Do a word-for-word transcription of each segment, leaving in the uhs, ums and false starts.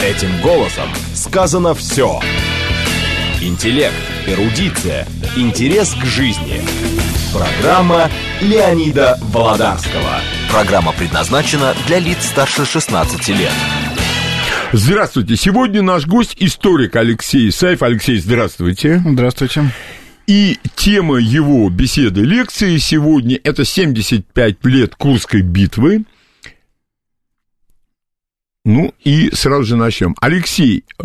Этим голосом сказано все. Интеллект, эрудиция, интерес к жизни. Программа Леонида Володарского. Программа предназначена для лиц старше шестнадцати лет. Здравствуйте. Сегодня наш гость историк Алексей Исаев. Алексей, здравствуйте. Здравствуйте. И тема его беседы лекции сегодня — это семьдесят пять лет Курской битвы. Ну и сразу же начнем. Алексей, э,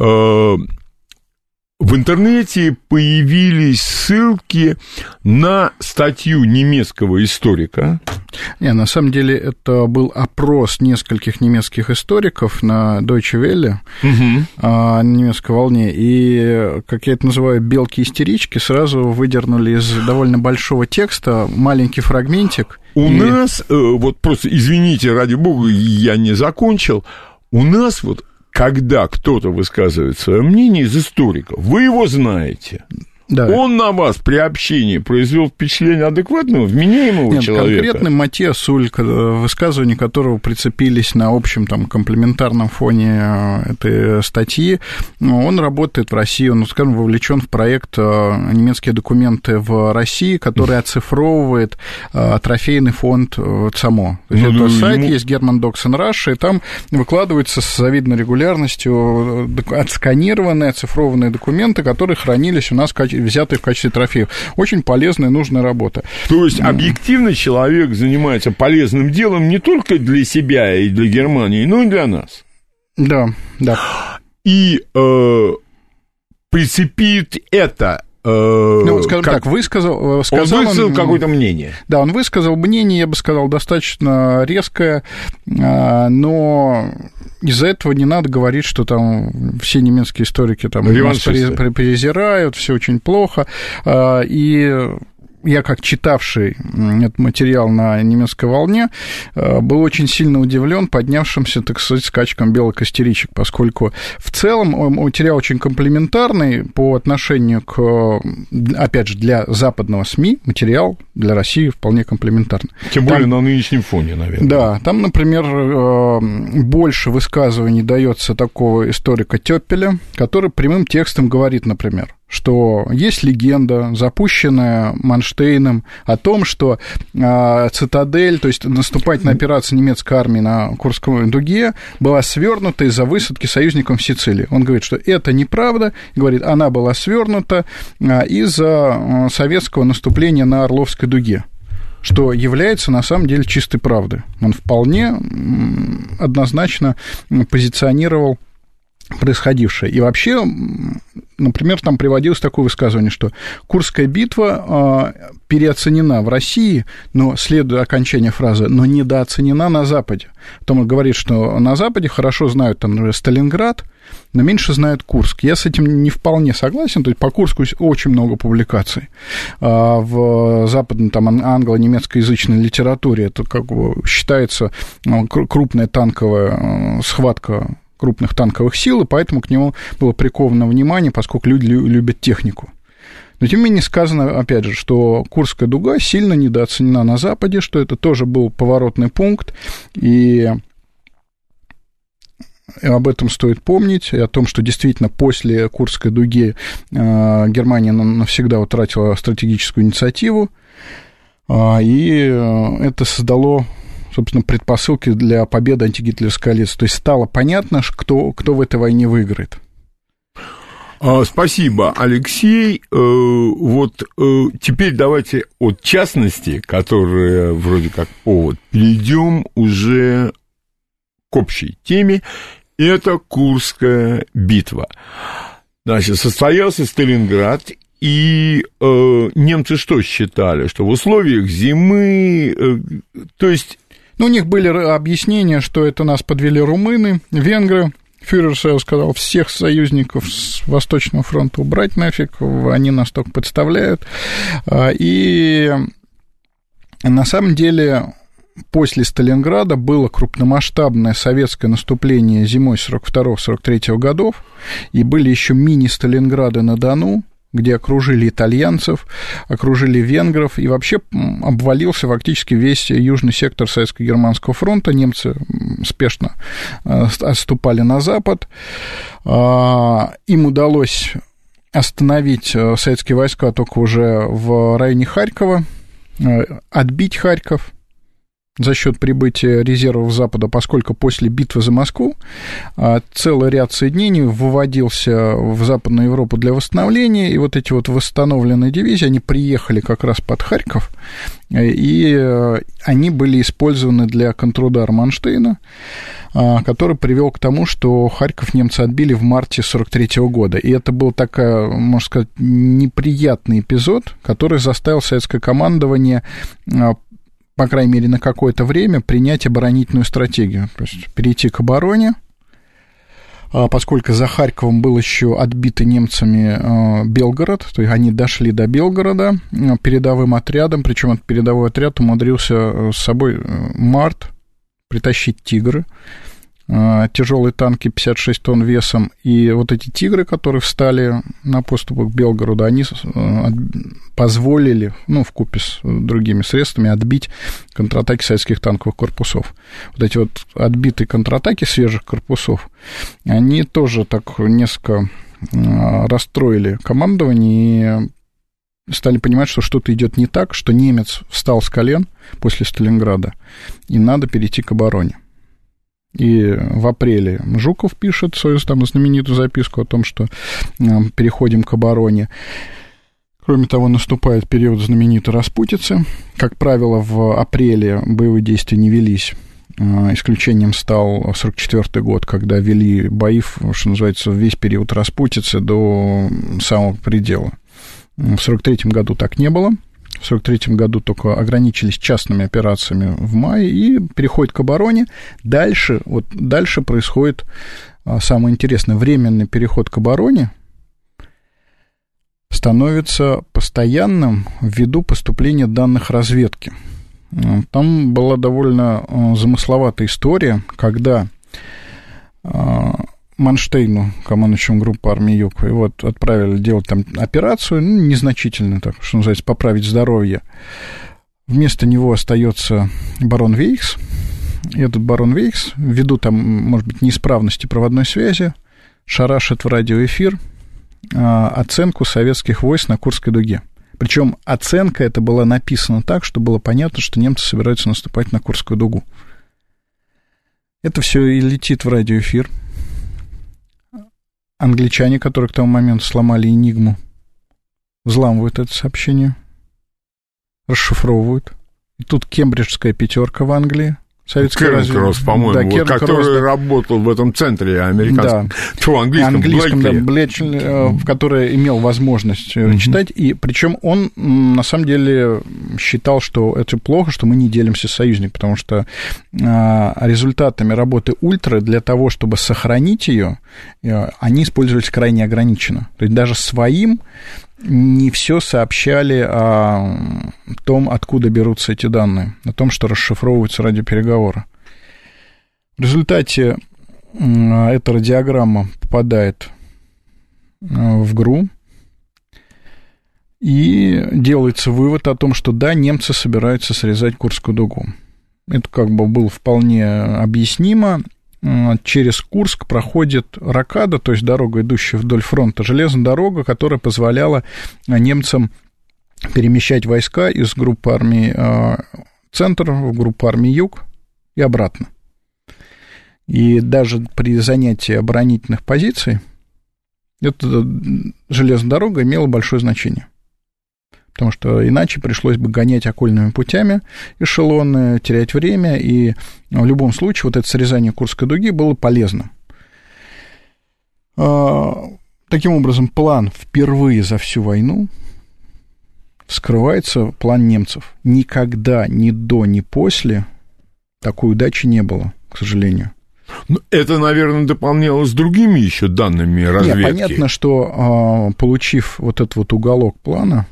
в интернете появились ссылки на статью немецкого историка. Не, на самом деле это был опрос нескольких немецких историков на Deutsche Welle, угу. а, на немецкой волне, и, как я это называю, белки-истерички сразу выдернули из довольно большого текста маленький фрагментик. У и... нас, э, вот просто, извините, ради бога, я не закончил, у нас вот, когда кто-то высказывает свое мнение из историков, вы его знаете. Да. Он на вас при общении произвел впечатление адекватного, вменяемого Нет, человека? Конкретный Матиас Суль, высказывания которого прицепились на общем там, комплементарном фоне этой статьи, он работает в России, он, скажем, вовлечен в проект «Немецкие документы в России», который оцифровывает трофейный фонд ЦАМО. То есть ну, это сайт ему... есть German Docs in Russia, и там выкладываются с завидной регулярностью отсканированные, оцифрованные документы, которые хранились у нас в качестве взятые в качестве трофеев. Очень полезная и нужная работа. То есть, объективно человек занимается полезным делом не только для себя и для Германии, но и для нас. Да, да. И э, прицепит это... Ну, скажем как, так, высказал... сказал, он высказал он, какое-то мнение. Да, он высказал мнение, я бы сказал, достаточно резкое, но из-за этого не надо говорить, что там все немецкие историки там нас презирают, все очень плохо, и... Я, как читавший этот материал на немецкой волне, был очень сильно удивлен поднявшимся, так сказать, скачком белых истеричек, поскольку в целом материал очень комплементарный по отношению к, опять же, для западного СМИ, материал для России вполне комплементарный. Тем более там, на нынешнем фоне, наверное. Да, там, например, больше высказываний дается такого историка Тёппеля, который прямым текстом говорит, например, что есть легенда, запущенная Манштейном, о том, что э, цитадель, то есть наступательная операция немецкой армии на Курской дуге, была свернута из-за высадки союзников в Сицилии. Он говорит, что это неправда, говорит, она была свернута э, из-за э, советского наступления на Орловской дуге, что является на самом деле чистой правдой. Он вполне э, однозначно позиционировал происходившее. И вообще, например, там приводилось такое высказывание, что Курская битва э, переоценена в России, но, следует окончание фразы, но недооценена на Западе. Потом он говорит, что на Западе хорошо знают там, например, Сталинград, но меньше знают Курск. Я с этим не вполне согласен, то есть по Курску очень много публикаций. А в западной там, англо-немецкоязычной литературе это как бы считается ну, крупная танковая схватка крупных танковых сил, и поэтому к нему было приковано внимание, поскольку люди любят технику. Но, тем не менее, сказано, опять же, что Курская дуга сильно недооценена на Западе, что это тоже был поворотный пункт, и об этом стоит помнить, и о том, что действительно после Курской дуги Германия навсегда утратила стратегическую инициативу, и это создало... собственно, предпосылки для победы антигитлеровской коалиции. То есть стало понятно, кто, кто в этой войне выиграет. Спасибо, Алексей. Вот теперь давайте от частности, которая вроде как повод, перейдем уже к общей теме. Это Курская битва. Значит, состоялся Сталинград, и э, немцы что считали? Что в условиях зимы, э, то есть... Ну, у них были объяснения, что это нас подвели румыны, венгры. Фюрер сказал, всех союзников с Восточного фронта убрать нафиг, они нас только подставляют. И на самом деле после Сталинграда было крупномасштабное советское наступление зимой сорок второго — сорок третьего годов, и были еще мини-Сталинграды на Дону, где окружили итальянцев, окружили венгров, и вообще обвалился фактически весь южный сектор Советско-Германского фронта. Немцы спешно отступали на запад. Им удалось остановить советские войска только уже в районе Харькова, отбить Харьков за счет прибытия резервов Запада, поскольку после битвы за Москву целый ряд соединений выводился в Западную Европу для восстановления, и вот эти вот восстановленные дивизии, они приехали как раз под Харьков, и они были использованы для контрудара Манштейна, который привел к тому, что Харьков немцы отбили в марте сорок третьего года. И это был такой, можно сказать, неприятный эпизод, который заставил советское командование, по крайней мере, на какое-то время принять оборонительную стратегию, то есть перейти к обороне, поскольку за Харьковом был еще отбитый немцами Белгород, то есть они дошли до Белгорода передовым отрядом, причем этот передовой отряд умудрился с собой март притащить «Тигры», тяжелые танки пятьдесят шесть тонн весом, и вот эти «Тигры», которые встали на подступах к Белгороду, они позволили, ну, вкупе с другими средствами, отбить контратаки советских танковых корпусов. Вот эти вот отбитые контратаки свежих корпусов, они тоже так несколько расстроили командование и стали понимать, что что-то идет не так, что немец встал с колен после Сталинграда, и надо перейти к обороне. И в апреле Жуков пишет свою там знаменитую записку о том, что переходим к обороне. Кроме того, наступает период знаменитой распутицы. Как правило, в апреле боевые действия не велись. Исключением стал сорок четвёртый год, когда вели бои, что называется, весь период распутицы до самого предела. В сорок третьем году так не было. В сорок третьем году только ограничились частными операциями в мае и переходит к обороне. Дальше, вот дальше происходит самое интересное. Временный переход к обороне становится постоянным ввиду поступления данных разведки. Там была довольно замысловатая история, когда Манштейну, командующему группы армии Юг, его отправили делать там операцию, ну, незначительно, так, что называется, поправить здоровье. Вместо него остается барон Вейхс. И этот барон Вейхс, ввиду там, может быть, неисправности проводной связи, шарашит в радиоэфир оценку советских войск на Курской дуге. Причем оценка эта была написана так, что было понятно, что немцы собираются наступать на Курскую дугу. Это все и летит в радиоэфир. Англичане, которые к тому моменту сломали «Энигму», взламывают это сообщение, расшифровывают. И тут кембриджская пятерка в Англии, советская Кернкросс, по-моему, да, вот, который да. работал в этом центре американском, да. Фу, английском, английском да, Блэчли, в который имел возможность mm-hmm. читать, и причем он на самом деле считал, что это плохо, что мы не делимся с союзником, потому что а, результатами работы Ультра для того, чтобы сохранить ее, они использовались крайне ограниченно. То есть даже своим не все сообщали о том, откуда берутся эти данные, о том, что расшифровываются радиопереговоры. В результате эта радиограмма попадает в ГРУ, и делается вывод о том, что да, немцы собираются срезать Курскую дугу. Это как бы было вполне объяснимо. Через Курск проходит рокада, то есть дорога, идущая вдоль фронта, железная дорога, которая позволяла немцам перемещать войска из группы армии «Центр» в группу армии «Юг» и обратно. И даже при занятии оборонительных позиций эта железная дорога имела большое значение. Потому что иначе пришлось бы гонять окольными путями эшелоны, терять время, и в любом случае вот это срезание Курской дуги было полезно. Таким образом, план впервые за всю войну вскрывается, план немцев. Никогда, ни до, ни после такой удачи не было, к сожалению. Это, наверное, дополнялось другими еще данными разведки. Нет, понятно, что, получив вот этот вот уголок плана,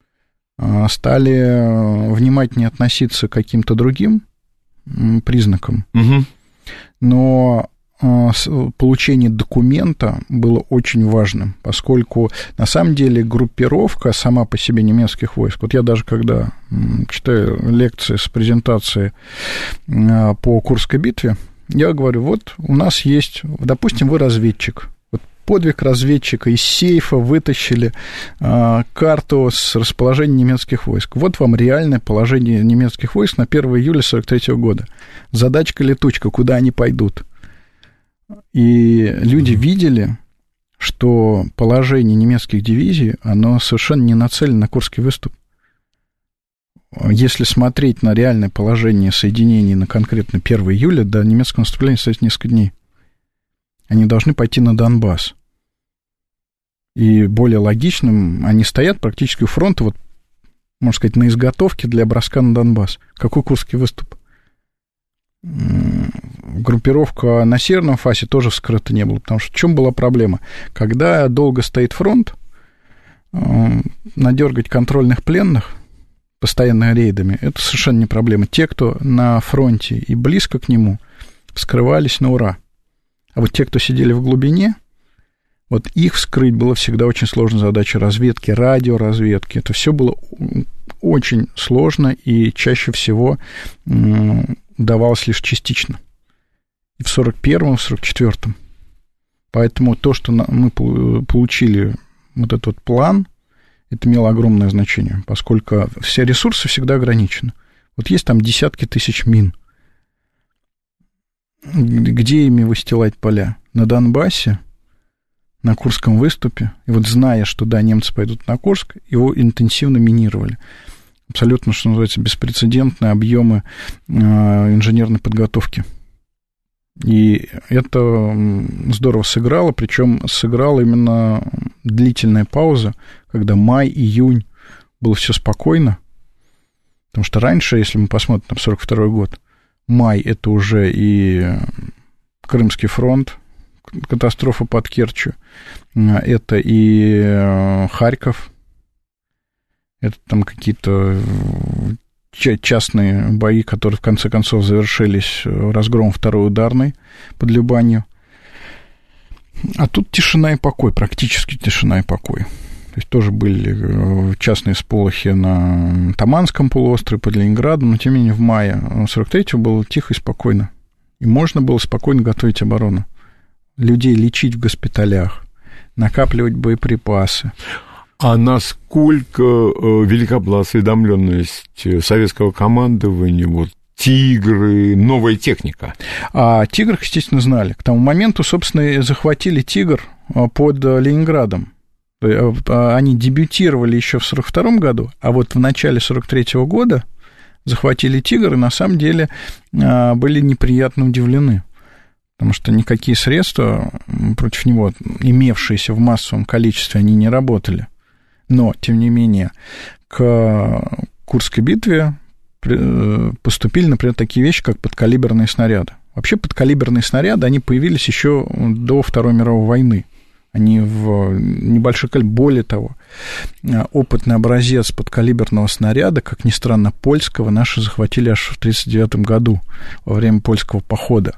стали внимательнее относиться к каким-то другим признакам. Угу. Но получение документа было очень важным, поскольку на самом деле группировка сама по себе немецких войск, вот я даже когда читаю лекции с презентацией по Курской битве, я говорю, вот у нас есть, допустим, вы разведчик, вот подвиг разведчика, из сейфа вытащили карту с расположением немецких войск, вот вам реальное положение немецких войск на первое июля сорок третьего года, задачка-летучка, куда они пойдут. И люди видели, что положение немецких дивизий, оно совершенно не нацелено на Курский выступ. Если смотреть на реальное положение соединений на конкретно первое июля, до немецкого наступления остается несколько дней. Они должны пойти на Донбасс. И более логичным, они стоят практически у фронта, вот, можно сказать, на изготовке для броска на Донбасс. Какой Курский выступ? Группировка на северном фасе тоже вскрыта не было, потому что в чем была проблема? Когда долго стоит фронт, надергать контрольных пленных постоянно рейдами, это совершенно не проблема. Те, кто на фронте и близко к нему, вскрывались на ура. А вот те, кто сидели в глубине, вот их вскрыть было всегда очень сложная задача разведки, радиоразведки. Это все было очень сложно и чаще всего давалось лишь частично. И в сорок первом, в сорок четвёртом. Поэтому то, что мы получили вот этот вот план, это имело огромное значение, поскольку все ресурсы всегда ограничены. Вот есть там десятки тысяч мин. Где ими выстилать поля? На Донбассе, на Курском выступе. И вот зная, что, да, немцы пойдут на Курск, его интенсивно минировали. Абсолютно, что называется, беспрецедентные объемы э, инженерной подготовки. И это здорово сыграло, причем сыграла именно длительная пауза, когда май, июнь было все спокойно. Потому что раньше, если мы посмотрим на сорок второй год, май — это уже и Крымский фронт, катастрофа под Керчью, это и Харьков, это там какие-то частные бои, которые в конце концов завершились разгромом второй ударной под Любанью. А тут тишина и покой, практически тишина и покой. То есть тоже были частные сполохи на Таманском полуострове под Ленинградом, но тем не менее в мае сорок третьего было тихо и спокойно. И можно было спокойно готовить оборону. Людей лечить в госпиталях, накапливать боеприпасы. А насколько велика была осведомленность советского командования, вот, «Тигры», новая техника? О «Тиграх», естественно, знали. К тому моменту, собственно, захватили «Тигр» под Ленинградом. Они дебютировали еще в сорок втором году, а вот в начале сорок третьего года захватили «Тигр», и на самом деле были неприятно удивлены. Потому что никакие средства против него, имевшиеся в массовом количестве, они не работали. Но, тем не менее, к Курской битве поступили, например, такие вещи, как подкалиберные снаряды. Вообще подкалиберные снаряды, они появились еще до Второй мировой войны. Они в небольшой количестве. Более того, опытный образец подкалиберного снаряда, как ни странно, польского, наши захватили аж в тысяча девятьсот тридцать девятом году, во время польского похода.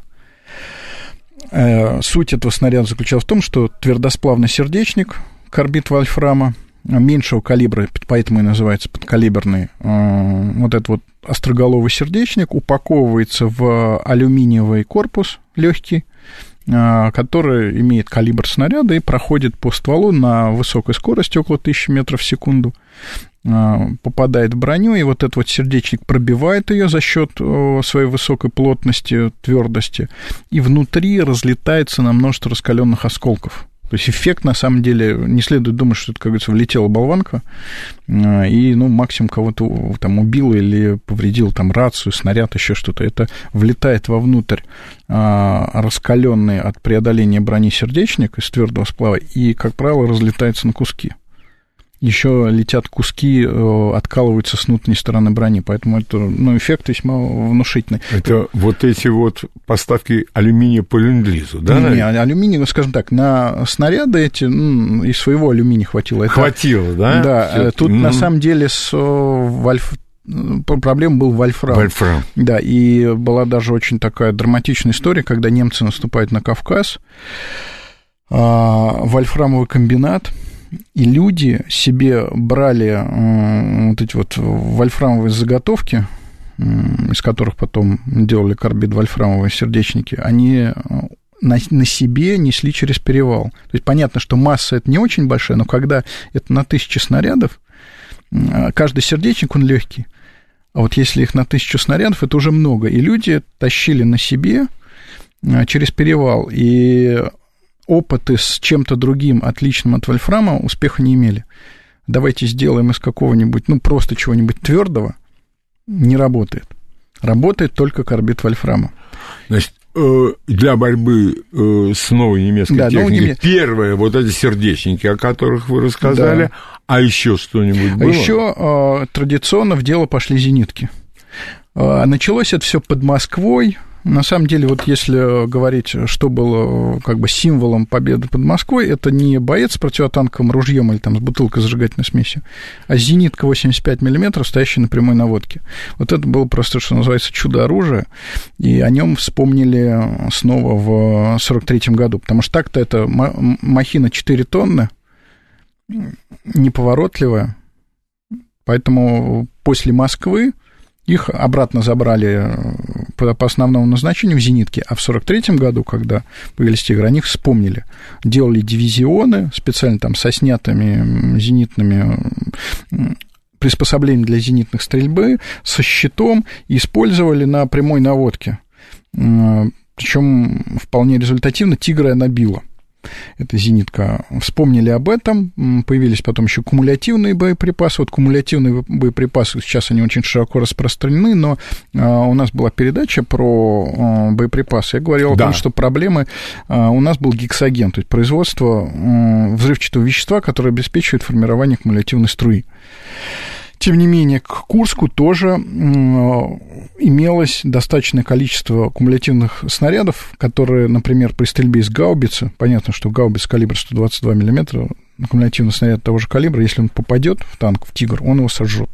Суть этого снаряда заключалась в том, что твердосплавный сердечник, карбид вольфрама, меньшего калибра, поэтому и называется подкалиберный, вот этот вот остроголовый сердечник упаковывается в алюминиевый корпус легкий, который имеет калибр снаряда и проходит по стволу на высокой скорости, около тысячи метров в секунду, попадает в броню, и вот этот вот сердечник пробивает ее за счет своей высокой плотности, твердости, и внутри разлетается на множество раскаленных осколков. То есть эффект, на самом деле, не следует думать, что это, как говорится, влетела болванка, и, ну, максимум кого-то там убило или повредил там рацию, снаряд, еще что-то. Это влетает вовнутрь раскаленный от преодоления брони сердечник из твердого сплава и, как правило, разлетается на куски. Еще летят куски, откалываются с внутренней стороны брони, поэтому это, ну, эффект весьма внушительный. Это вот эти вот поставки алюминия по ленд-лизу, да? Не, не, алюминий, скажем так, на снаряды эти, ну, и своего алюминия хватило. Это, хватило, да? Да, всё-таки. тут, mm-hmm. на самом деле, с, вольф, проблема был вольфрам. Вольфрам. Да, и была даже очень такая драматичная история, когда немцы наступают на Кавказ, вольфрамовый комбинат, и люди себе брали вот эти вот вольфрамовые заготовки, из которых потом делали карбид вольфрамовые сердечники, они на, на себе несли через перевал. То есть понятно, что масса это не очень большая, но когда это на тысячи снарядов, каждый сердечник, он легкий. А вот если их на тысячу снарядов, это уже много. И люди тащили на себе через перевал. И опыты с чем-то другим, отличным от вольфрама, успеха не имели. Давайте сделаем из какого-нибудь, ну, просто чего-нибудь твердого, не работает. Работает только карбид вольфрама. Значит, для борьбы с новой немецкой да, техникой немец... первое, вот эти сердечники, о которых вы рассказали, да. А еще что-нибудь было? А еще традиционно в дело пошли зенитки. Началось это все под Москвой. На самом деле, вот если говорить, что было как бы символом победы под Москвой, это не боец с противотанковым ружьем или там с бутылкой зажигательной смесью, а зенитка восемьдесят пять миллиметров, стоящая на прямой наводке. Вот это было просто, что называется, чудо-оружие, и о нем вспомнили снова в сорок третьем году, потому что так-то это махина четыре тонны, неповоротливая, поэтому после Москвы их обратно забрали по, по основному назначению в зенитки, а в сорок третьем году, когда появились «Тигры», о них вспомнили. Делали дивизионы специально там со снятыми зенитными приспособлениями для зенитных стрельбы, со щитом, и использовали на прямой наводке. Причем вполне результативно «Тигры» она била. Это зенитка. Вспомнили об этом, появились потом еще кумулятивные боеприпасы. Вот кумулятивные боеприпасы, сейчас они очень широко распространены, но у нас была передача про боеприпасы. Я говорил да. о том, что проблемы... У нас был гексоген, то есть производство взрывчатого вещества, которое обеспечивает формирование кумулятивной струи. Тем не менее, к Курску тоже имелось достаточное количество кумулятивных снарядов, которые, например, при стрельбе из гаубицы, понятно, что гаубица калибр сто двадцать два миллиметра, кумулятивный снаряд того же калибра, если он попадет в танк, в «Тигр», он его сожжет.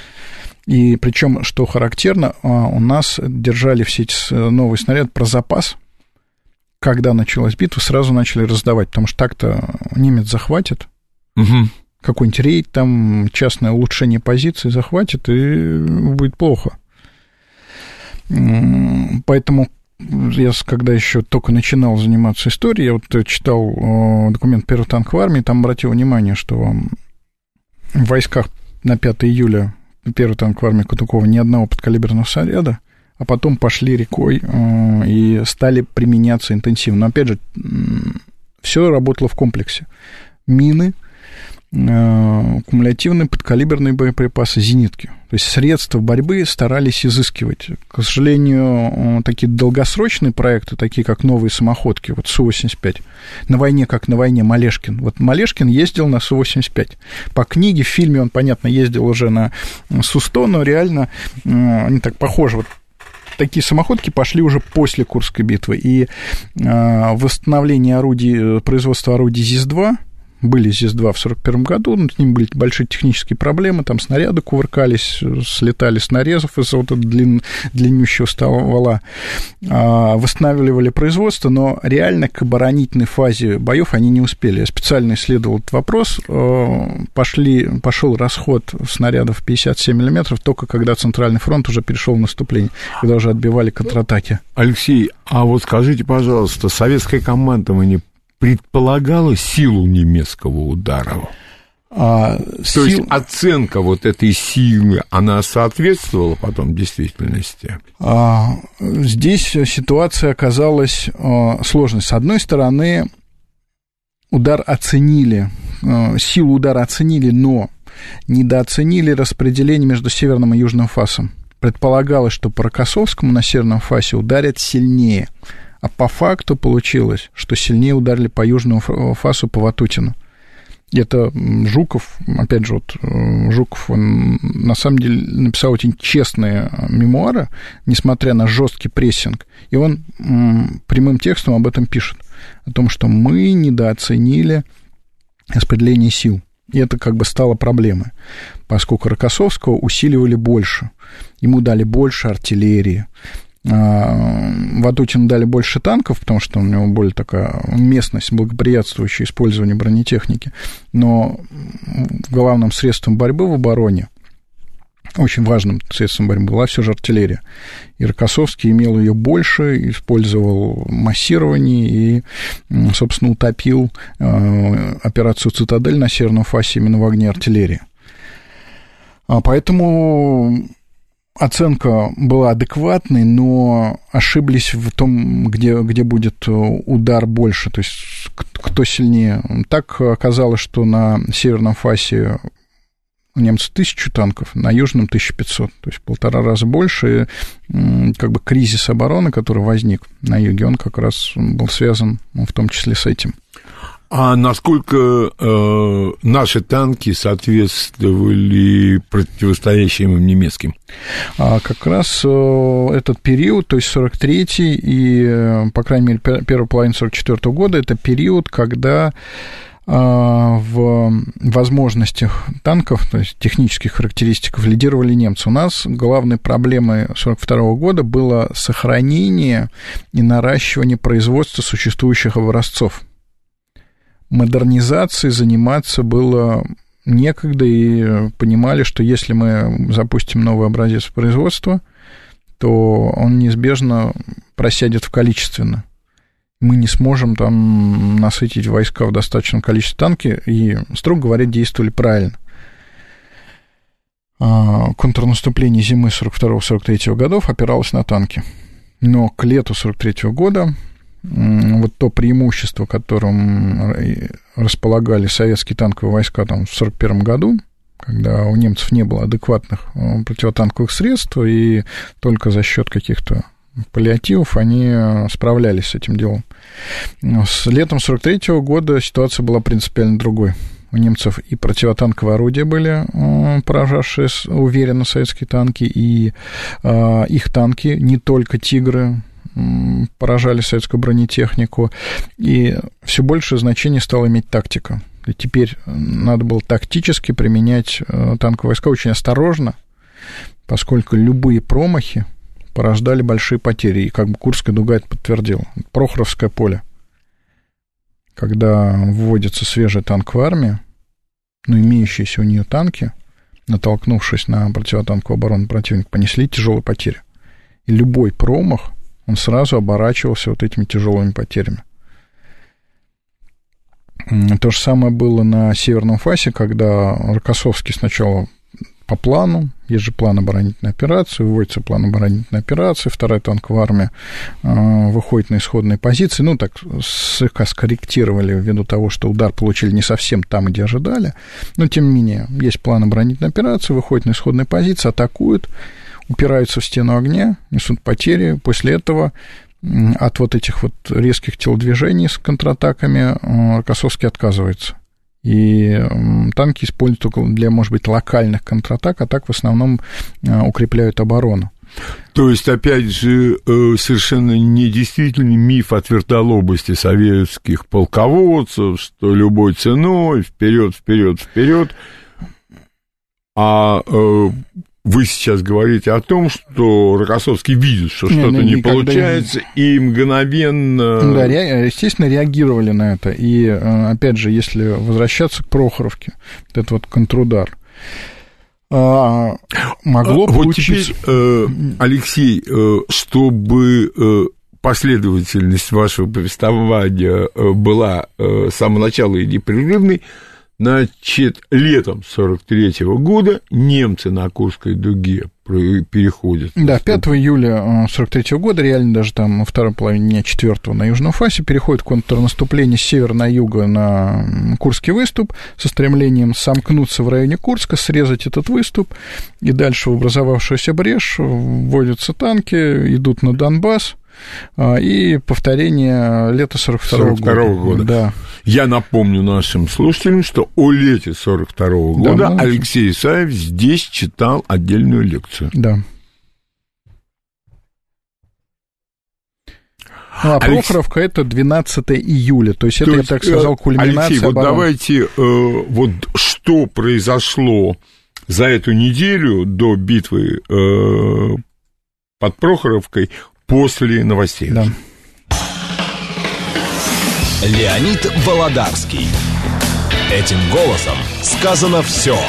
И причем, что характерно, у нас держали все эти новые снаряды про запас. Когда началась битва, сразу начали раздавать, потому что так-то немец захватит. Угу. Какой-нибудь рейд, там, частное улучшение позиции захватит, и будет плохо. Поэтому я, когда еще только начинал заниматься историей, я вот читал документ «Первый танк в армии», там обратил внимание, что в войсках на пятое июля первый танк в армии Кутукова ни одного подкалиберного снаряда, а потом пошли рекой и стали применяться интенсивно. Но, опять же, все работало в комплексе. Мины, кумулятивные подкалиберные боеприпасы, зенитки. То есть средства борьбы старались изыскивать. К сожалению, такие долгосрочные проекты, такие как новые самоходки, вот Су восемьдесят пять, на войне, как на войне, Малешкин. Вот Малешкин ездил на Су восемьдесят пять. По книге, в фильме он, понятно, ездил уже на Су сто, но реально они так похожи. Вот такие самоходки пошли уже после Курской битвы. И восстановление орудий, производства орудий ЗИС-два, были ЗИС-два в сорок первом году, но с ним были большие технические проблемы, там снаряды кувыркались, слетали с нарезов из-за вот этого длин, длиннющего ствола, восстанавливали производство, но реально к оборонительной фазе боев они не успели. Я специально исследовал этот вопрос, пошли, пошел расход снарядов пятьдесят семь миллиметров только когда Центральный фронт уже перешел в наступление, когда уже отбивали контратаки. Алексей, а вот скажите, пожалуйста, советское командование предполагала силу немецкого удара? А, То сил... есть оценка вот этой силы, она соответствовала потом действительности? А, здесь ситуация оказалась а, сложной. С одной стороны, удар оценили, а, силу удара оценили, но недооценили распределение между северным и южным фасом. Предполагалось, что по Рокоссовскому на северном фасе ударят сильнее. А по факту получилось, что сильнее ударили по южному фасу, по Ватутину. Это Жуков, опять же, вот Жуков, он на самом деле написал очень честные мемуары, несмотря на жесткий прессинг, и он прямым текстом об этом пишет, о том, что мы недооценили распределение сил. И это как бы стало проблемой, поскольку Рокоссовского усиливали больше, ему дали больше артиллерии, Ватутину дали больше танков, потому что у него более такая местность, благоприятствующая использованию бронетехники, но главным средством борьбы в обороне, очень важным средством борьбы была все же артиллерия. И Рокоссовский имел ее больше, использовал массирование и, собственно, утопил операцию «Цитадель» на Северном фасе именно в огне артиллерии. Поэтому оценка была адекватной, но ошиблись в том, где, где будет удар больше, то есть кто сильнее. Так оказалось, что на Северном фасе у немцев тысячу танков, на Южном тысяча пятьсот, то есть в полтора раза больше. И как бы кризис обороны, который возник на юге, он как раз был связан в том числе с этим. А насколько э, наши танки соответствовали противостоящим им немецким? А как раз э, этот период, то есть сорок третий и, по крайней мере, первая половина сорок четвёртого года, это период, когда э, в возможностях танков, то есть технических характеристиках, лидировали немцы. У нас главной проблемой сорок второго года было сохранение и наращивание производства существующих образцов. Модернизацией заниматься было некогда, и понимали, что если мы запустим новый образец производства, то он неизбежно просядет в количественно. Мы не сможем там насытить войска в достаточном количестве танки, и, строго говоря, действовали правильно. Контрнаступление зимы сорок второго сорок третьего годов опиралось на танки. Но к лету сорок третьего года вот то преимущество, которым располагали советские танковые войска там, в сорок первом году, когда у немцев не было адекватных противотанковых средств, и только за счет каких-то паллиативов они справлялись с этим делом. С летом сорок третьего года ситуация была принципиально другой. У немцев и противотанковые орудия были, поражавшие уверенно советские танки, и их танки, не только «Тигры», поражали советскую бронетехнику, и все большее значение стало иметь тактика. И теперь надо было тактически применять танковые войска очень осторожно, поскольку любые промахи порождали большие потери, и как бы Курская дуга это подтвердила. Прохоровское поле, когда вводится свежая танковая армия, но имеющиеся у нее танки, натолкнувшись на противотанковую оборону противника, понесли тяжелые потери. И любой промах, он сразу оборачивался вот этими тяжелыми потерями. То же самое было на Северном фасе, когда Рокоссовский сначала по плану, есть же план оборонительной операции, выводится план оборонительной операции, вторая танковая армия э, выходит на исходные позиции, ну, так слегка скорректировали ввиду того, что удар получили не совсем там, где ожидали, но, тем не менее, есть план оборонительной операции, выходит на исходные позиции, атакуют, упираются в стену огня, несут потери. После этого от вот этих вот резких телодвижений с контратаками Рокоссовский отказывается. И танки используют только для, может быть, локальных контратак, а так в основном укрепляют оборону. То есть, опять же, совершенно недействительный миф о твердолобости советских полководцев, что любой ценой вперед, вперед, вперед. А вы сейчас говорите о том, что Рокоссовский видит, что не, что-то не, не получается, не... и мгновенно... Да, естественно, реагировали на это. И, опять же, если возвращаться к Прохоровке, вот этот вот контрудар, могло вот получиться... Вот теперь, Алексей, чтобы последовательность вашего повествования была с самого начала и непрерывной, значит, летом сорок третьего года немцы на Курской дуге переходят. Да, пятого июля сорок третьего года, реально даже там во второй половине дня четвёртого на Южном фасе, переходит контрнаступление с севера на юга на Курский выступ со стремлением сомкнуться в районе Курска, срезать этот выступ, и дальше в образовавшуюся брешь вводятся танки, идут на Донбасс. И повторение лета сорок второго года. года. Да. Я напомню нашим слушателям, что о лете сорок второго года да, Алексей Исаев здесь читал отдельную лекцию. Да. Ну, а Алекс... Прохоровка — это двенадцатого июля, то есть то это, есть, я так сказал, кульминация Алексей, вот обороны. давайте, э, вот что произошло за эту неделю до битвы э, под Прохоровкой после новостей. Да. Леонид Володарский. Этим голосом сказано все.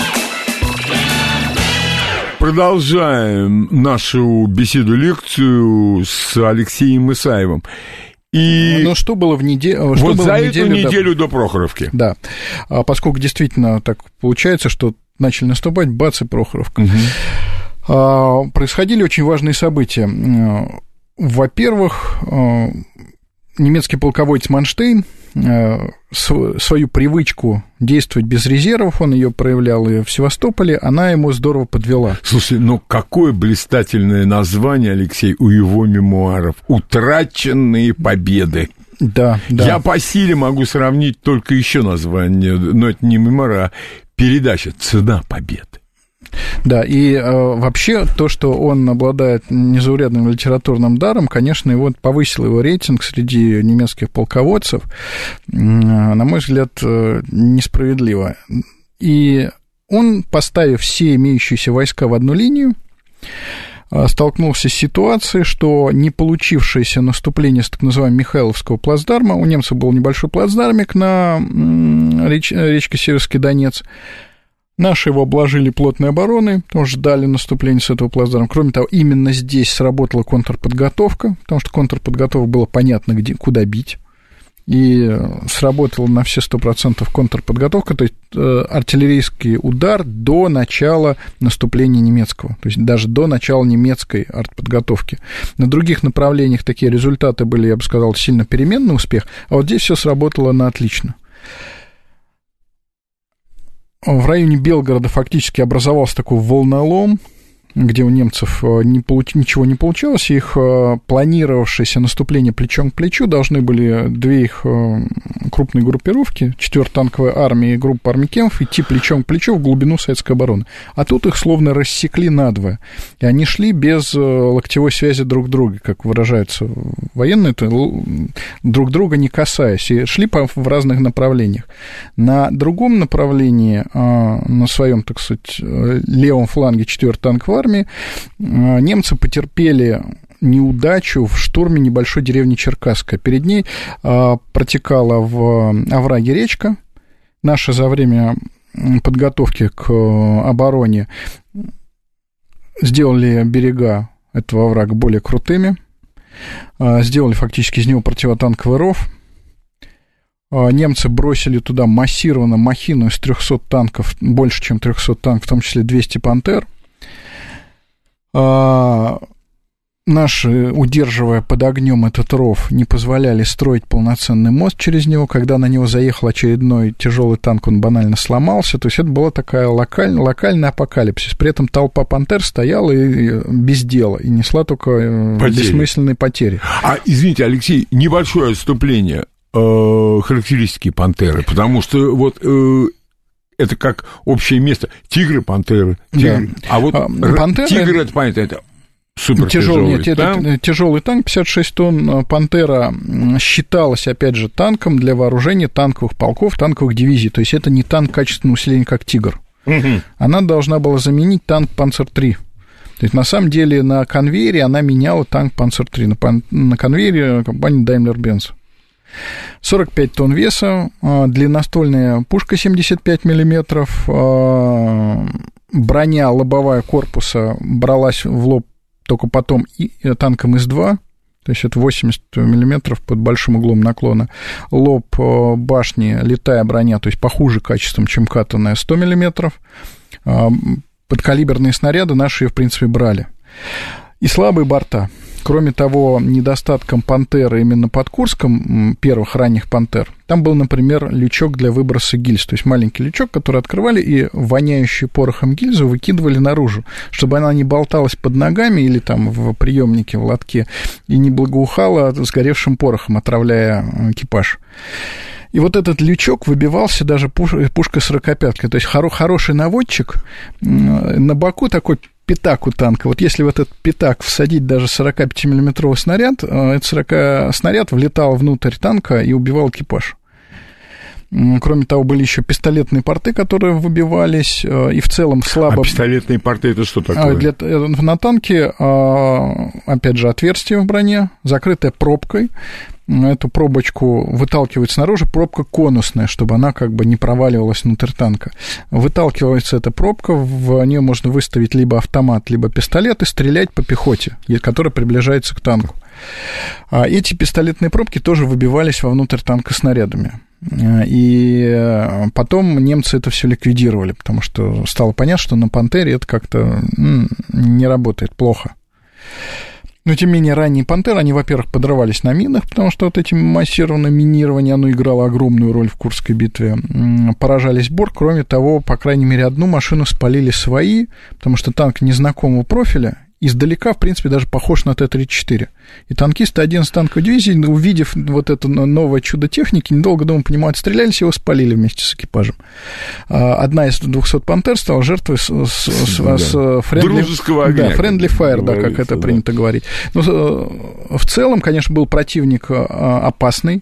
Продолжаем нашу беседу-лекцию с Алексеем Исаевым. И ну, что было в неделю... Вот за в неделю, эту неделю до... до Прохоровки. Да, а поскольку действительно так получается, что начали наступать, бац, и Прохоровка. Угу. А, происходили очень важные события. Во-первых, немецкий полководец Манштейн свою привычку действовать без резервов, он ее проявлял и в Севастополе, она ему здорово подвела. Слушай, ну какое блистательное название, Алексей, у его мемуаров. «Утраченные победы». Да, да. Я по силе могу сравнить только еще название, но это не мемуар, а передача «Цена победы». Да, и э, вообще то, что он обладает незаурядным литературным даром, конечно, его повысило его рейтинг среди немецких полководцев, э, на мой взгляд, э, несправедливо. И он, поставив все имеющиеся войска в одну линию, э, столкнулся с ситуацией, что не получившееся наступление с так называемого Михайловского плацдарма, у немцев был небольшой плацдармик на э, реч, речке Северский Донец. Наши его обложили плотной обороной, потому что ждали наступления с этого плацдарма. Кроме того, именно здесь сработала контрподготовка, потому что контрподготовка было понятно, где, куда бить. И сработала на все сто процентов контрподготовка, то есть э, артиллерийский удар до начала наступления немецкого, то есть даже до начала немецкой артподготовки. На других направлениях такие результаты были, я бы сказал, сильно переменный успех, а вот здесь все сработало на отлично. В районе Белгорода фактически образовался такой волнолом, где у немцев не получ... ничего не получалось, их планировавшееся наступление плечом к плечу должны были две их крупные группировки, четвёртая танковая армия и группа армикемов, идти плечом к плечу в глубину советской обороны. А тут их словно рассекли надвое, и они шли без локтевой связи друг друга, как выражаются военные, друг друга не касаясь, и шли в разных направлениях. На другом направлении, на своем, так сказать, левом фланге четвёртой танковой армии, немцы потерпели неудачу в штурме небольшой деревни Черкасская. Перед ней протекала в овраге речка. Наши за время подготовки к обороне сделали берега этого оврага более крутыми, сделали фактически из него противотанковый ров. Немцы бросили туда массированно махину из трехсот танков, больше, чем трехсот танков, в том числе двести «Пантер». Наши, удерживая под огнем этот ров, не позволяли строить полноценный мост через него. Когда на него заехал очередной тяжелый танк, он банально сломался. То есть это была такая локаль, локальный апокалипсис. При этом толпа «Пантер» стояла и без дела, и несла только потери. Бессмысленные потери. А, извините, Алексей, небольшое отступление. Э, характеристики «Пантеры», потому что вот... Э, это как общее место. Тигры, пантеры. Тигры. Да. А вот Пантера... тигр, это понятно, это супер тяжелый, тяжелый танк. Это тяжелый танк, пятьдесят шесть тонн. Пантера считалась, опять же, танком для вооружения танковых полков, танковых дивизий. То есть это не танк качественного усиления, как «Тигр». Угу. Она должна была заменить танк «Панцер три». То есть, на самом деле, на конвейере она меняла танк «Панцер три». На, пан... на конвейере компании Daimler-Benz. сорок пять тонн веса, длинноствольная пушка семьдесят пять миллиметров, броня лобовая корпуса бралась в лоб только потом и танком эс два, то есть это восемьдесят миллиметров под большим углом наклона, лоб башни литая броня, то есть похуже качеством, чем катанная, сто миллиметров, подкалиберные снаряды наши, в принципе, брали. И слабые борта. Кроме того, недостатком «Пантеры» именно под Курском, первых ранних «Пантер», там был, например, лючок для выброса гильз, то есть маленький лючок, который открывали и воняющую порохом гильзу выкидывали наружу, чтобы она не болталась под ногами или там в приемнике, в лотке, и не благоухала сгоревшим порохом, отравляя экипаж. И вот этот лючок выбивался даже пушкой сорокопяткой, то есть хоро- хороший наводчик, на боку такой пятак у танка. Вот если в этот пятак всадить даже сорокапятимиллиметровый снаряд, этот сорок снаряд влетал внутрь танка и убивал экипаж. Кроме того, были еще пистолетные порты, которые выбивались, и в целом слабо... А пистолетные порты — это что такое? Для... На танке, опять же, отверстие в броне, закрытое пробкой. Эту пробочку выталкивают снаружи, пробка конусная, чтобы она как бы не проваливалась внутрь танка. Выталкивается эта пробка, в нее можно выставить либо автомат, либо пистолет и стрелять по пехоте, которая приближается к танку. Эти пистолетные пробки тоже выбивались вовнутрь танка снарядами. И потом немцы это все ликвидировали, потому что стало понятно, что на «Пантере» это как-то не работает плохо. Но, тем не менее, ранние «Пантеры», они, во-первых, подрывались на минах, потому что вот этим массированное минирование, оно играло огромную роль в Курской битве. Поражались Бор. Кроме того, по крайней мере, одну машину спалили свои, потому что танк незнакомого профиля, издалека, в принципе, даже похож на Т тридцать четыре. И танкисты одиннадцатой танковой дивизии, увидев вот это новое чудо техники, недолго думая, понимают, отстрелялись, его спалили вместе с экипажем. Одна из двухсот «Пантер» стала жертвой с, с, да. с friendly, дружеского огня. Да, friendly fire, да, как это да. принято говорить. Но в целом, конечно, был противник опасный.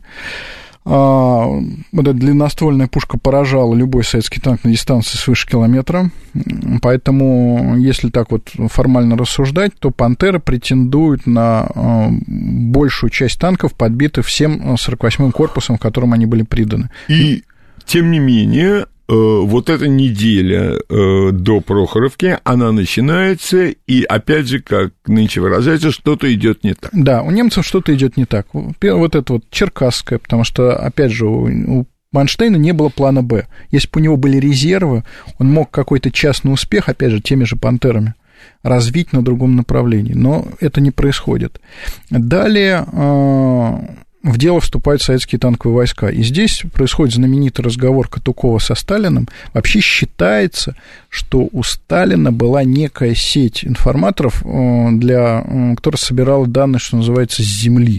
Вот эта длинноствольная пушка поражала любой советский танк на дистанции свыше километра. Поэтому, если так вот формально рассуждать, то «Пантеры» претендуют на большую часть танков, подбитых всем сорок восьмым корпусом, которым они были приданы. И, тем не менее, вот эта неделя до Прохоровки, она начинается, и, опять же, как нынче выражается, что-то идет не так. Да, у немцев что-то идет не так. Вот это вот Черкасское, потому что, опять же, у Манштейна не было плана «Б». Если бы у него были резервы, он мог какой-то частный успех, опять же, теми же «Пантерами», развить на другом направлении, но это не происходит. Далее... в дело вступают советские танковые войска. И здесь происходит знаменитый разговор Катукова со Сталиным. Вообще считается, что у Сталина была некая сеть информаторов, для, которая собирала данные, что называется, с земли.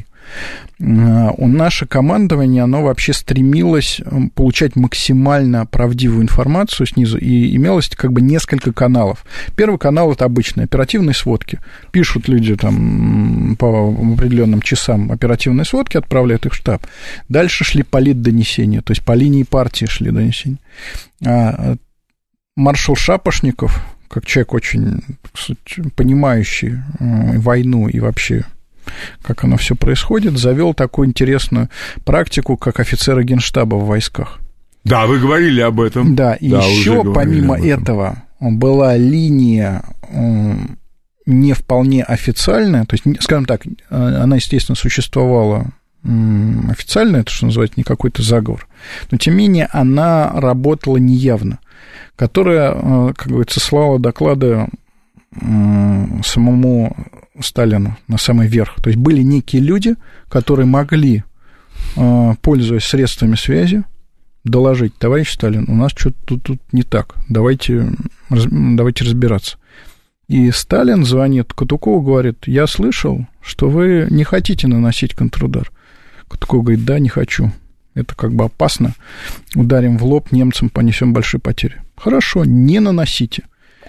У наше командование, оно вообще стремилось получать максимально правдивую информацию снизу, и имелось как бы несколько каналов. Первый канал — это обычные оперативные сводки. Пишут люди там по определенным часам оперативные сводки, отправляют их в штаб. Дальше шли политдонесения, то есть по линии партии шли донесения. Маршал Шапошников, как человек очень, кстати, понимающий войну и вообще как оно все происходит, завел такую интересную практику, как офицера Генштаба в войсках. Да, вы говорили об этом. Да, и да, еще помимо этого была линия не вполне официальная, то есть, скажем так, она, естественно, существовала официально, это, что называется, не какой-то заговор, но, тем не менее, она работала неявно, которая, как говорится, слала доклады самому Сталину на самый верх. То есть были некие люди, которые могли, пользуясь средствами связи, доложить: товарищ Сталин, у нас что-то тут, тут не так, давайте, давайте разбираться. И Сталин звонит Катукову, говорит: я слышал, что вы не хотите наносить контрудар. Катуков говорит: да, не хочу, это как бы опасно, ударим в лоб, немцам понесем большие потери. Хорошо, не наносите.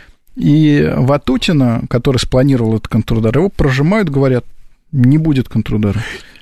И Ватутина, который спланировал этот контрудар, его прожимают, говорят: не будет контрудара.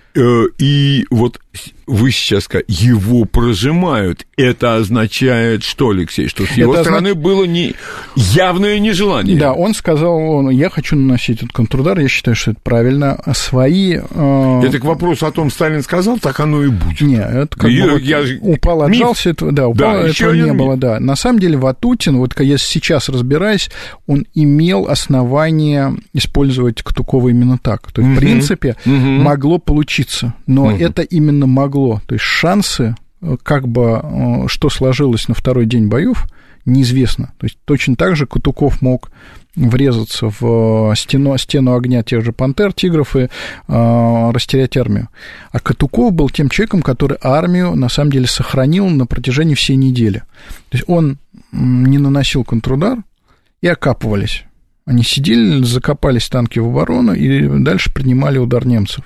И вот вы сейчас сказали, его прожимают. Это означает что, Алексей? Что с его это стороны означ... было не... явное нежелание. Да, он сказал: он, я хочу наносить этот контрудар, я считаю, что это правильно. Свои... Э... Это к вопросу о том, Сталин сказал, так оно и будет. Нет, это как я, бы вот я... упал, отжался, это, да, упал, да, этого не было, миф. Да. На самом деле Ватутин, вот я сейчас разбираюсь, он имел основание использовать Катукова именно так. То есть, угу. в принципе, угу. могло получиться, но угу. это именно могло. То есть шансы, как бы, что сложилось на второй день боев, неизвестно. То есть точно так же Катуков мог врезаться в стену, стену огня тех же «Пантер», «Тигров» и э, растерять армию. А Катуков был тем человеком, который армию, на самом деле, сохранил на протяжении всей недели. То есть он не наносил контрудар, и окапывались. Они сидели, закопались танки в оборону и дальше принимали удар немцев.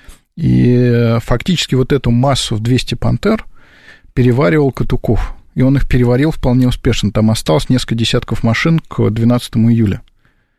И фактически вот эту массу в двести «Пантер» переваривал Катуков. И он их переварил вполне успешно. Там осталось несколько десятков машин к двенадцатому июля.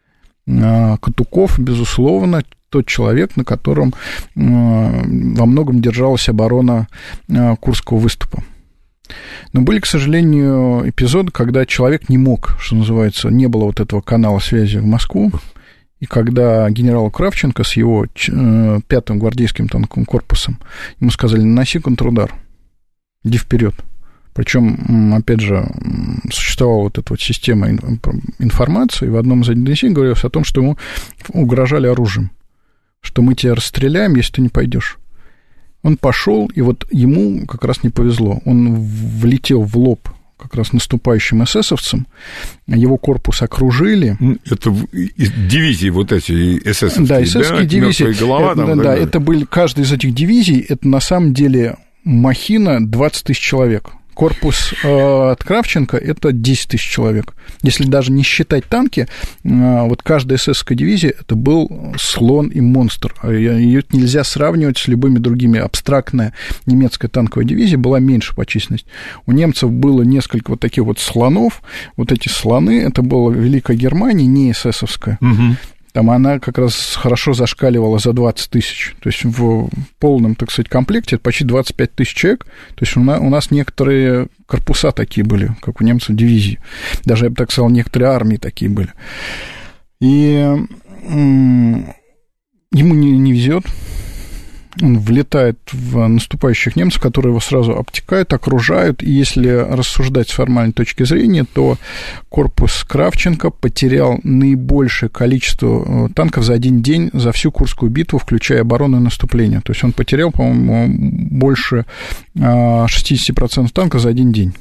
Катуков, безусловно, тот человек, на котором во многом держалась оборона Курского выступа. Но были, к сожалению, эпизоды, когда человек не мог, что называется, не было вот этого канала связи в Москву, и когда генерал Кравченко с его пятым гвардейским танковым корпусом, ему сказали: наноси контрудар, иди вперед. Причем, опять же, существовала вот эта вот система информации, и в одном из донесений говорилось о том, что ему угрожали оружием, что мы тебя расстреляем, если ты не пойдешь. Он пошел, и вот ему как раз не повезло. Он влетел в лоб как раз наступающим эсэсовцам, его корпус окружили. Это дивизии вот эти эсэсовские, да? эсэсовские да? дивизии. Голова, это, там, да, да, это были, каждая из этих дивизий, это на самом деле махина двадцать тысяч человек. Корпус э, от Кравченко – это десять тысяч человек. Если даже не считать танки, э, вот каждая эсэсовская дивизия – это был слон и монстр. Ее нельзя сравнивать с любыми другими. Абстрактная немецкая танковая дивизия была меньше по численности. У немцев было несколько вот таких вот слонов. Вот эти слоны – это была Великая Германия, не эсэсовская. Угу. Там она как раз хорошо зашкаливала за двадцать тысяч. То есть в полном, так сказать, комплекте это почти двадцать пять тысяч человек. То есть у нас, у нас некоторые корпуса такие были, как у немцев дивизии. Даже, я бы так сказал, некоторые армии такие были. И ему не, не везет. Он влетает в наступающих немцев, которые его сразу обтекают, окружают. И если рассуждать с формальной точки зрения, то корпус Кравченко потерял наибольшее количество танков за один день за всю Курскую битву, включая оборону и наступление. То есть он потерял, по-моему, больше шестьдесят процентов танков за один день.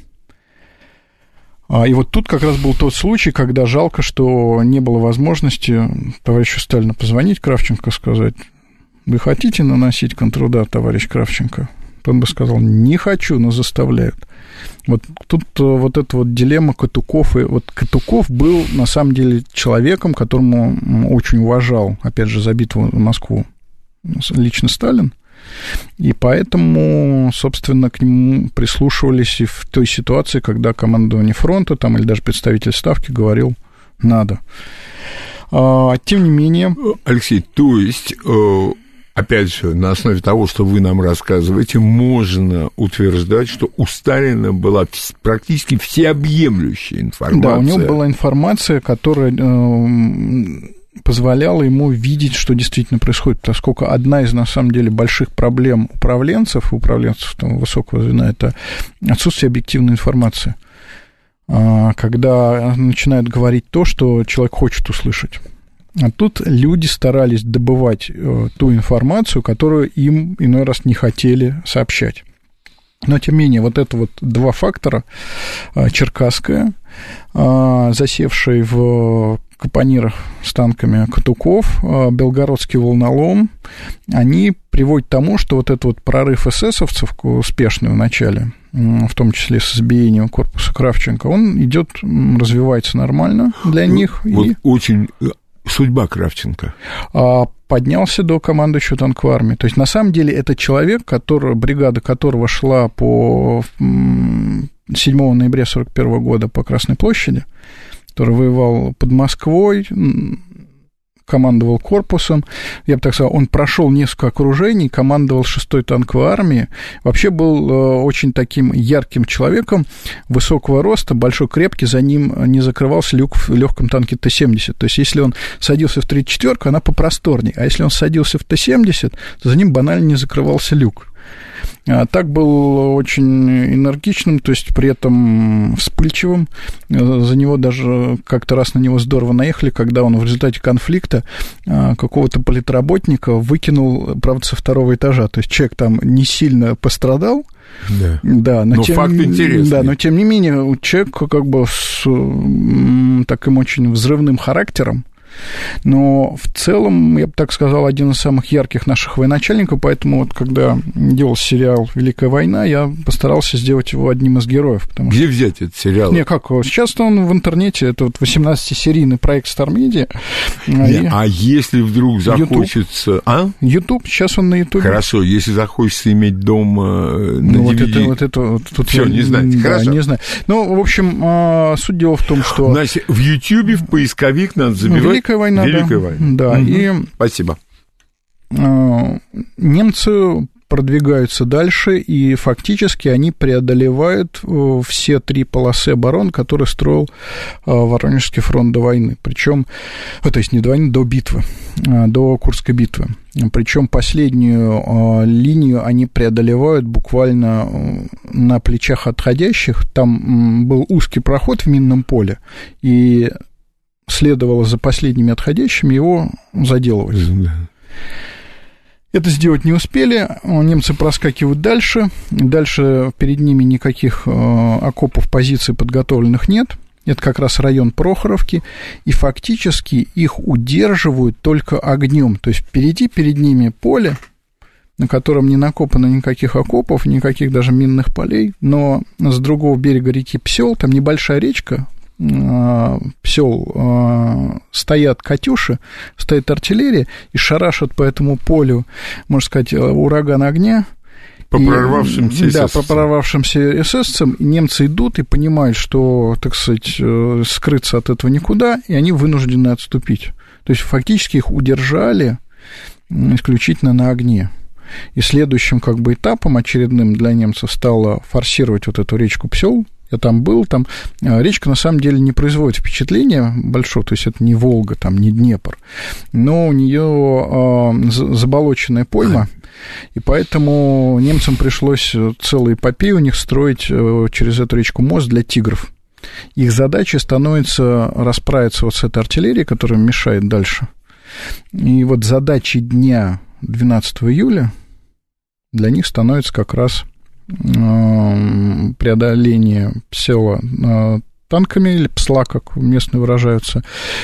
И вот тут как раз был тот случай, когда жалко, что не было возможности товарищу Сталину позвонить Кравченко, сказать: вы хотите наносить контрудар, товарищ Кравченко? Он бы сказал: не хочу, но заставляют. Вот тут вот эта вот дилемма Катуков. И вот Катуков был, на самом деле, человеком, которому очень уважал, опять же, за битву в Москву лично Сталин. И поэтому, собственно, к нему прислушивались и в той ситуации, когда командование фронта там, или даже представитель Ставки говорил: надо. А, тем не менее... Алексей, то есть... Опять же, на основе того, что вы нам рассказываете, можно утверждать, что у Сталина была практически всеобъемлющая информация. Да, у него была информация, которая э, позволяла ему видеть, что действительно происходит, поскольку одна из, на самом деле, больших проблем управленцев, управленцев там, высокого звена, это отсутствие объективной информации. Когда начинают говорить то, что человек хочет услышать. А тут люди старались добывать ту информацию, которую им иной раз не хотели сообщать. Но, тем не менее, вот это вот два фактора, черкасская, засевший в капонирах с танками Катуков, белгородский волнолом, они приводят к тому, что вот этот вот прорыв эсэсовцев успешный в начале, в том числе с избиением корпуса Кравченко, он идет, развивается нормально для них. Вот и... очень... Судьба Кравченко. Поднялся до командующего танковой армии. То есть, на самом деле, это человек, который, бригада которого шла по седьмого ноября сорок первого года по Красной площади, который воевал под Москвой, командовал корпусом, я бы так сказал, он прошел несколько окружений, командовал шестой танковой армией, вообще был очень таким ярким человеком, высокого роста, большой, крепкий, за ним не закрывался люк в легком танке Т семьдесят, то есть если он садился в тридцать четвёрку, она попросторней, а если он садился в Т семьдесят, то за ним банально не закрывался люк. А так был очень энергичным, то есть при этом вспыльчивым. За него даже как-то раз на него здорово наехали, когда он в результате конфликта какого-то политработника выкинул, правда, со второго этажа. То есть человек там не сильно пострадал. Да, да но, но тем, факт интересный. Да, но тем не менее человек как бы с таким очень взрывным характером. Но в целом, я бы так сказал, один из самых ярких наших военачальников, поэтому вот когда делал сериал «Великая война», я постарался сделать его одним из героев. Потому Где что... взять этот сериал? Не, как, сейчас он в интернете, это вот восемнадцатисерийный проект Star Media. Не, и... А если вдруг захочется... YouTube. А? YouTube, сейчас он на YouTube. Хорошо, если захочется иметь дома на ну, ди ви ди... Вот это, вот это, тут Всё, я... не знаете, да, хорошо. Не знаю. Ну, в общем, суть дела в том, что... Значит, в YouTube в поисковик надо забивать Великая война, Великая да. война. Да, Угу. и Спасибо. Э, немцы продвигаются дальше, и фактически они преодолевают все три полосы оборон, которые строил Воронежский фронт до войны. Причем, то есть не до войны, до битвы, до Курской битвы. Причем последнюю линию они преодолевают буквально на плечах отходящих. Там был узкий проход в минном поле, и следовало за последними отходящими его заделывать. Это сделать не успели, немцы проскакивают дальше, дальше перед ними никаких окопов, позиций подготовленных нет, это как раз район Прохоровки, и фактически их удерживают только огнем, то есть впереди перед ними поле, на котором не накопано никаких окопов, никаких даже минных полей, но с другого берега реки Псел, там небольшая речка, Псел, стоят «Катюши», стоит артиллерия, и шарашат по этому полю, можно сказать, ураган огня. По и, прорвавшимся эсэсовцам. Да, по прорвавшимся эсэсовцам. И немцы идут и понимают, что, так сказать, скрыться от этого никуда, и они вынуждены отступить. То есть фактически их удержали исключительно на огне. И следующим как бы этапом очередным для немцев стало форсировать вот эту речку Псел. Я там был, там речка на самом деле не производит впечатления большого, то есть это не Волга, там не Днепр, но у нее э, заболоченная пойма, и поэтому немцам пришлось целую эпопею у них строить э, через эту речку мост для тигров. Их задачей становится расправиться вот с этой артиллерией, которая мешает дальше. И вот задачей дня двенадцатого июля для них становится как раз преодоление села танками, или псла, как местные выражаются,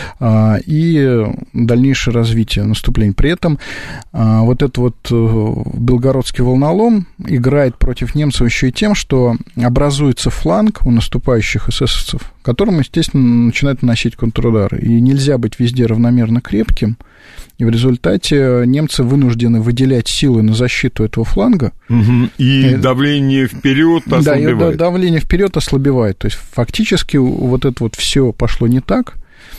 и дальнейшее развитие наступления. При этом вот этот вот Белгородский волнолом играет против немцев еще и тем, что образуется фланг у наступающих эсэсовцев, которым, естественно, начинают наносить контрудары. И нельзя быть везде равномерно крепким, и в результате немцы вынуждены выделять силы на защиту этого фланга. Угу. И, и давление вперед ослабевает. Да, и давление вперед ослабевает. То есть фактически вот это вот все пошло не так.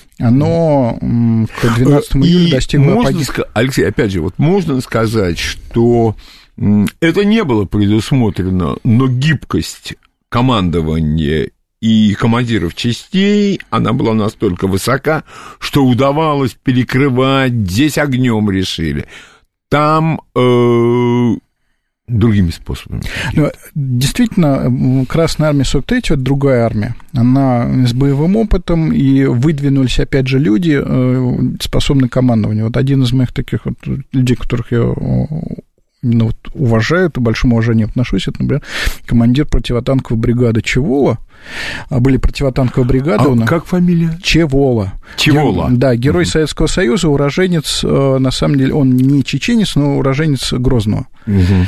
Оно к двенадцатому июля достигло апогея. Ска... Алексей, опять же, вот можно сказать, что это не было предусмотрено, но гибкость командования и командиров частей, она была настолько высока, что удавалось перекрывать, здесь огнем решили, там э, другими способами. Но, действительно, Красная армия сорок третьего – это другая армия. Она с боевым опытом, и выдвинулись, опять же, люди, способные к командованию. Вот один из моих таких вот людей, которых я именно вот уважаю, к большому уважению отношусь, это, например, командир противотанковой бригады Чевола. Были противотанковые бригады. А у нас. Как фамилия? Чевола. Чевола. Ге- да, герой uh-huh. Советского Союза, уроженец, на самом деле, он не чеченец, но уроженец Грозного. Uh-huh.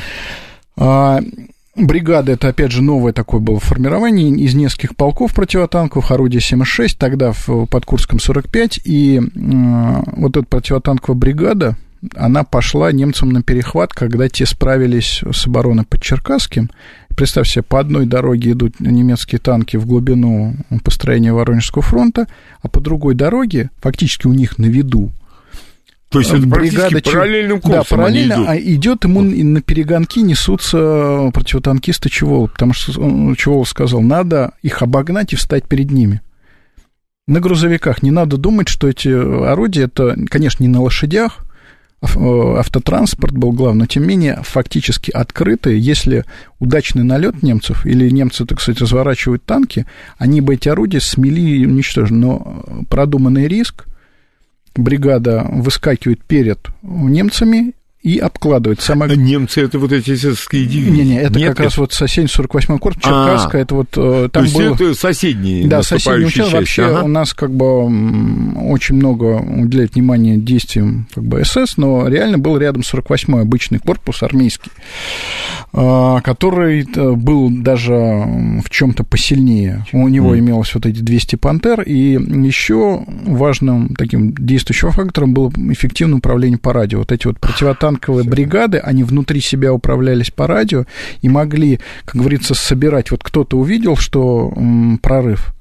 А, бригада, это, опять же, новое такое было формирование из нескольких полков противотанковых, орудия семьдесят шесть, тогда в, под Курском сорок пять, и а, вот эта противотанковая бригада, она пошла немцам на перехват, когда те справились с обороной под Черкасским. Представь себе, по одной дороге идут немецкие танки в глубину построения Воронежского фронта, а по другой дороге, фактически у них на виду, то есть это бригада параллельным курсом. Да, параллельно, идут. А идет ему на перегонки несутся противотанкисты Чевола, потому что Чевола сказал, надо их обогнать и встать перед ними. На грузовиках. Не надо думать, что эти орудия, это, конечно, не на лошадях, автотранспорт был главным, но, тем не менее, фактически открытые. Если удачный налет немцев, или немцы, так сказать, разворачивают танки, они бы эти орудия смели и уничтожили. Но продуманный риск, бригада выскакивает перед немцами и обкладывает. Самое... А немцы — это вот эти эсэсовские дивизии? Не-не, это Нет, как это... раз вот соседний сорок восьмой корпус, Черкасская, это вот там то есть было... это соседние да, соседние участки. Вообще ага. у нас как бы очень много уделяет внимания действиям как бы СС, но реально был рядом сорок восьмой обычный корпус армейский, который был даже в чем-то посильнее. У него mm. имелось вот эти двести «Пантер», и еще важным таким действующим фактором было эффективное управление по радио. Вот эти вот противотанковые бригады, они внутри себя управлялись по радио и могли, как говорится, собирать. Вот кто-то увидел, что м, прорыв,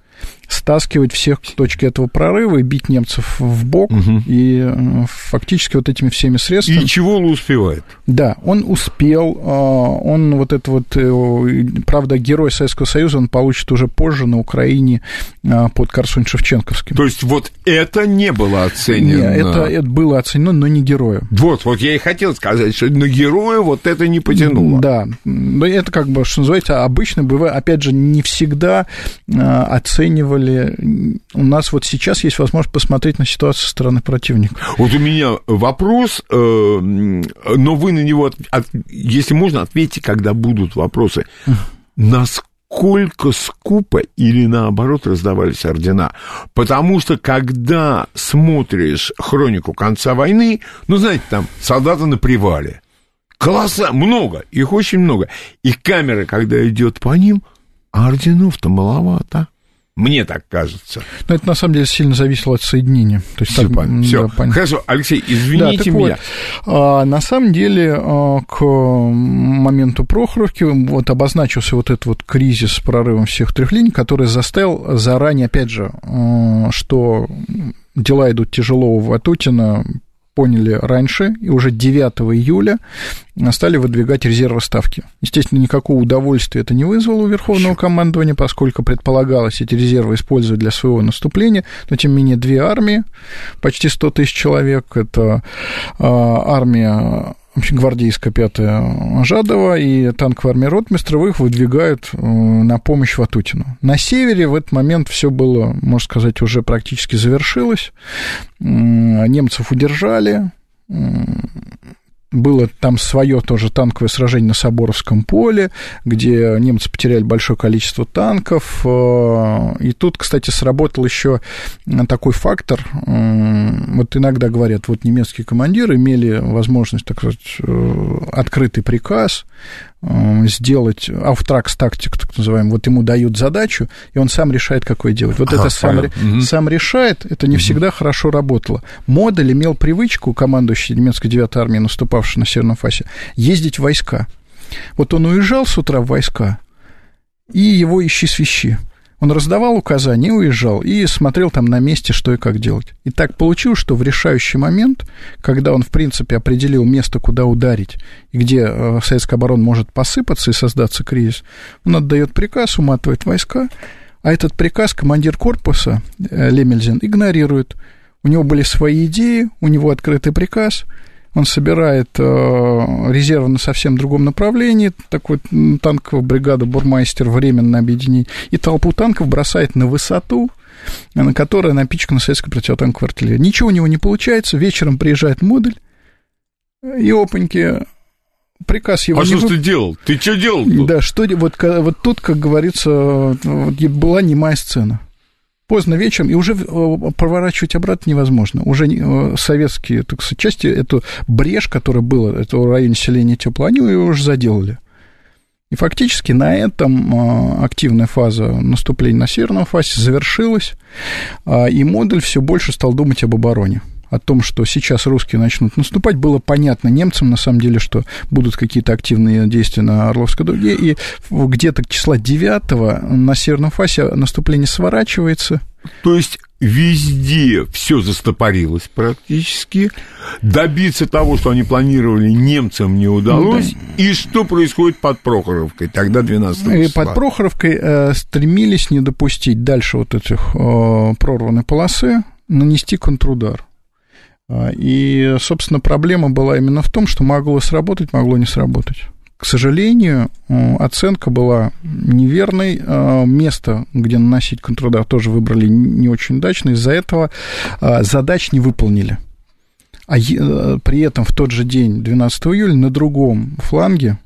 стаскивать всех к точке этого прорыва и бить немцев в бок, угу. и фактически вот этими всеми средствами... И чего он успевает? Да, он успел, он вот это вот, правда, герой Советского Союза он получит уже позже на Украине под Корсунь-Шевченковским. То есть вот это не было оценено? Нет, это, это было оценено, но не героя. Вот, вот я и хотел сказать, что на героя вот это не потянуло. Да, но это как бы, что называется, обычно бывает, опять же, не всегда оценивали. У нас вот сейчас есть возможность посмотреть на ситуацию со стороны противника. Вот у меня вопрос, но вы на него, если можно, ответьте, когда будут вопросы. Насколько скупо или, наоборот, раздавались ордена? Потому что, когда смотришь хронику конца войны, ну, знаете, там солдаты на привале, колосса, много, их очень много. И камера, когда идет по ним, а орденов-то маловато. Мне так кажется. Но это, на самом деле, сильно зависело от соединения. То есть, все, так, все. Да, хорошо, Алексей, извините да, меня. Вот, а, на самом деле, а, к моменту Прохоровки вот обозначился вот этот вот кризис с прорывом всех трех линий, который заставил заранее, опять же, а, что дела идут тяжело у Ватутина, поняли раньше, и уже девятого июля стали выдвигать резервы ставки. Естественно, никакого удовольствия это не вызвало у Верховного командования, поскольку предполагалось эти резервы использовать для своего наступления, но, тем не менее, две армии, почти сто тысяч человек, это армия гвардейская пятая Жадова и танковая армия ротмистрова, их выдвигают на помощь Ватутину. На севере в этот момент все было, можно сказать, уже практически завершилось. Немцев удержали. Было там свое тоже танковое сражение на Соборовском поле, где немцы потеряли большое количество танков. И тут, кстати, сработал еще такой фактор. Вот иногда говорят, вот немецкие командиры имели возможность, так сказать, открытый приказ сделать офф-тракс тактик, так называемый. Вот ему дают задачу, и он сам решает, какое делать. Вот ага, это сам, угу. сам решает, это не угу. всегда хорошо работало. Модель имел привычку, командующий немецкой девятой армией, наступавший на Северном фасе, ездить в войска. Вот он уезжал с утра в войска, и его ищи свищи. Он раздавал указания и уезжал, и смотрел там на месте, что и как делать. И так получилось, что в решающий момент, когда он, в принципе, определил место, куда ударить, и где советская оборона может посыпаться и создаться кризис, он отдает приказ, уматывает войска, а этот приказ командир корпуса Лемельзен игнорирует. У него были свои идеи, у него открытый приказ, он собирает э, резервы на совсем другом направлении, такой танковая бригада «Бурмайстер» временно объединить, и толпу танков бросает на высоту, на которой напичкана советская противотанковая артиллерия. Ничего у него не получается, вечером приезжает модуль, и опаньки, приказ его... А не что вы... ты делал? Ты что делал тут? Да, что, вот, вот тут, как говорится, была немая сцена. Поздно вечером, и уже проворачивать обратно невозможно. Уже советские, так сказать, части, эту брешь, которая была, это в районе селения Тепло, они ее уже заделали. И фактически на этом активная фаза наступления на Северном фасе завершилась, и модуль все больше стал думать об обороне. О том, что сейчас русские начнут наступать, было понятно немцам, на самом деле, что будут какие-то активные действия на Орловской дуге, и где-то числа девятого на Северном фасе наступление сворачивается. То есть везде все застопорилось практически, добиться того, что они планировали, немцам не удалось, ну, да. И что происходит под Прохоровкой, тогда двенадцатого числа? Под Прохоровкой э, стремились не допустить дальше вот этих э, прорванной полосы, нанести контрудар. И, собственно, проблема была именно в том, что могло сработать, могло не сработать. К сожалению, оценка была неверной. Место, где наносить контрудар, тоже выбрали не очень удачно. Из-за этого задач не выполнили. А при этом в тот же день, двенадцатого июля, на другом фланге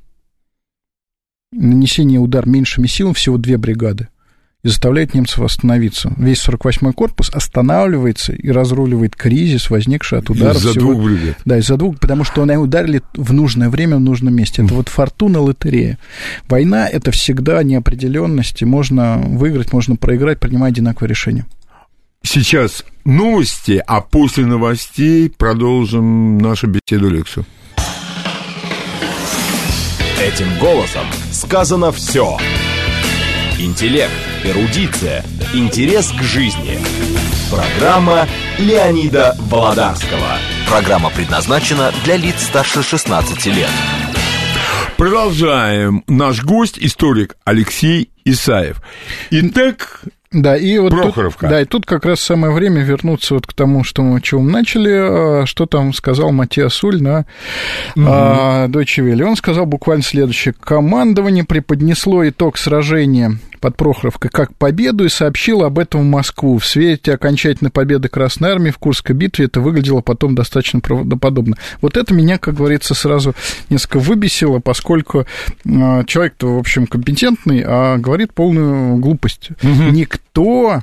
нанесение удара меньшими силами, всего две бригады, и заставляет немцев остановиться. Весь сорок восьмой корпус останавливается и разруливает кризис, возникший от удара. Из-за всего... двух бригад. Да, из-за двух, потому что они ударили в нужное время, в нужном месте. Это вот фортуна, лотерея. Война — это всегда неопределенность, и можно выиграть, можно проиграть, принимая одинаковое решение. Сейчас новости, а после новостей продолжим нашу беседу, лекцию. Этим голосом сказано все. Интеллект, эрудиция, интерес к жизни. Программа Леонида Володарского. Программа предназначена для лиц старше шестнадцати лет. Продолжаем. Наш гость, историк Алексей Исаев. Итак, да, и вот Прохоровка. Тут, да, и тут как раз самое время вернуться вот к тому, что мы, чего мы начали, что там сказал Матиас Уль на угу. Deutsche Welle. Он сказал буквально следующее. Командование преподнесло итог сражения под Прохоровкой как победу и сообщило об этом в Москву. В свете окончательной победы Красной Армии в Курской битве это выглядело потом достаточно правдоподобно. Вот это меня, как говорится, сразу несколько выбесило, поскольку человек-то, в общем, компетентный, а говорит полную глупость. Угу. Никто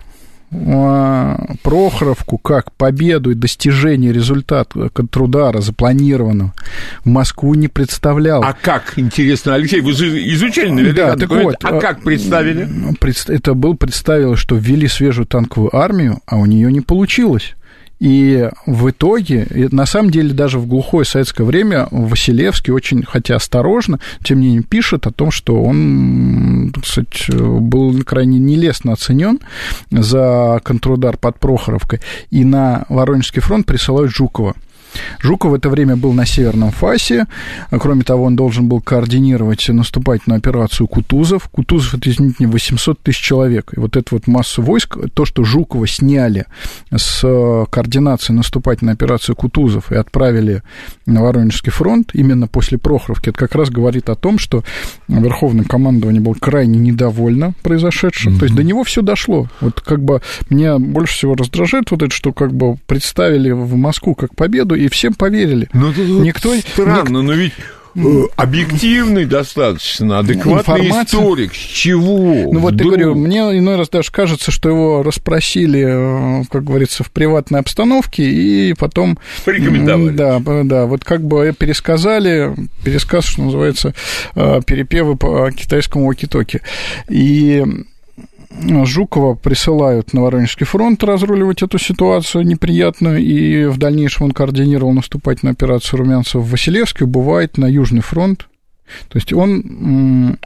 Прохоровку как победу и достижение результата контрудара запланированного в Москву не представлял. А как, интересно, Алексей, вы же изучали наверняка, да, так вот, а как представили? Это был представил, что ввели свежую танковую армию, а у нее не получилось. И в итоге, на самом деле, даже в глухое советское время Василевский очень, хотя осторожно, тем не менее, пишет о том, что он, так сказать, был крайне нелестно оценен за контрудар под Прохоровкой, и на Воронежский фронт присылают Жукова. Жуков в это время был на Северном Фасе. Кроме того, он должен был координировать наступательную операцию Кутузов. Кутузов, это, извините меня, восемьсот тысяч человек. И вот эту вот массу войск, то, что Жукова сняли с координации наступательной операции Кутузов и отправили на Воронежский фронт именно после Прохоровки, это как раз говорит о том, что Верховное командование было крайне недовольно произошедшим. Mm-hmm. То есть до него все дошло. Вот как бы меня больше всего раздражает вот это, что как бы представили в Москву как победу, и всем поверили. Ну, это Никто... странно, ник... но ведь объективный достаточно, адекватный Информация... историк. С чего? Ну, вот Вдруг? я говорю, мне иной раз даже кажется, что его расспросили, как говорится, в приватной обстановке, и потом... Порекомендовали. Да, да, вот как бы пересказали, пересказ, что называется, перепевы по китайскому воки-токи. И... Жукова присылают на Воронежский фронт разруливать эту ситуацию неприятную, и в дальнейшем он координировал наступательную операцию Румянцева в Василевске, убывает на Южный фронт. То есть он,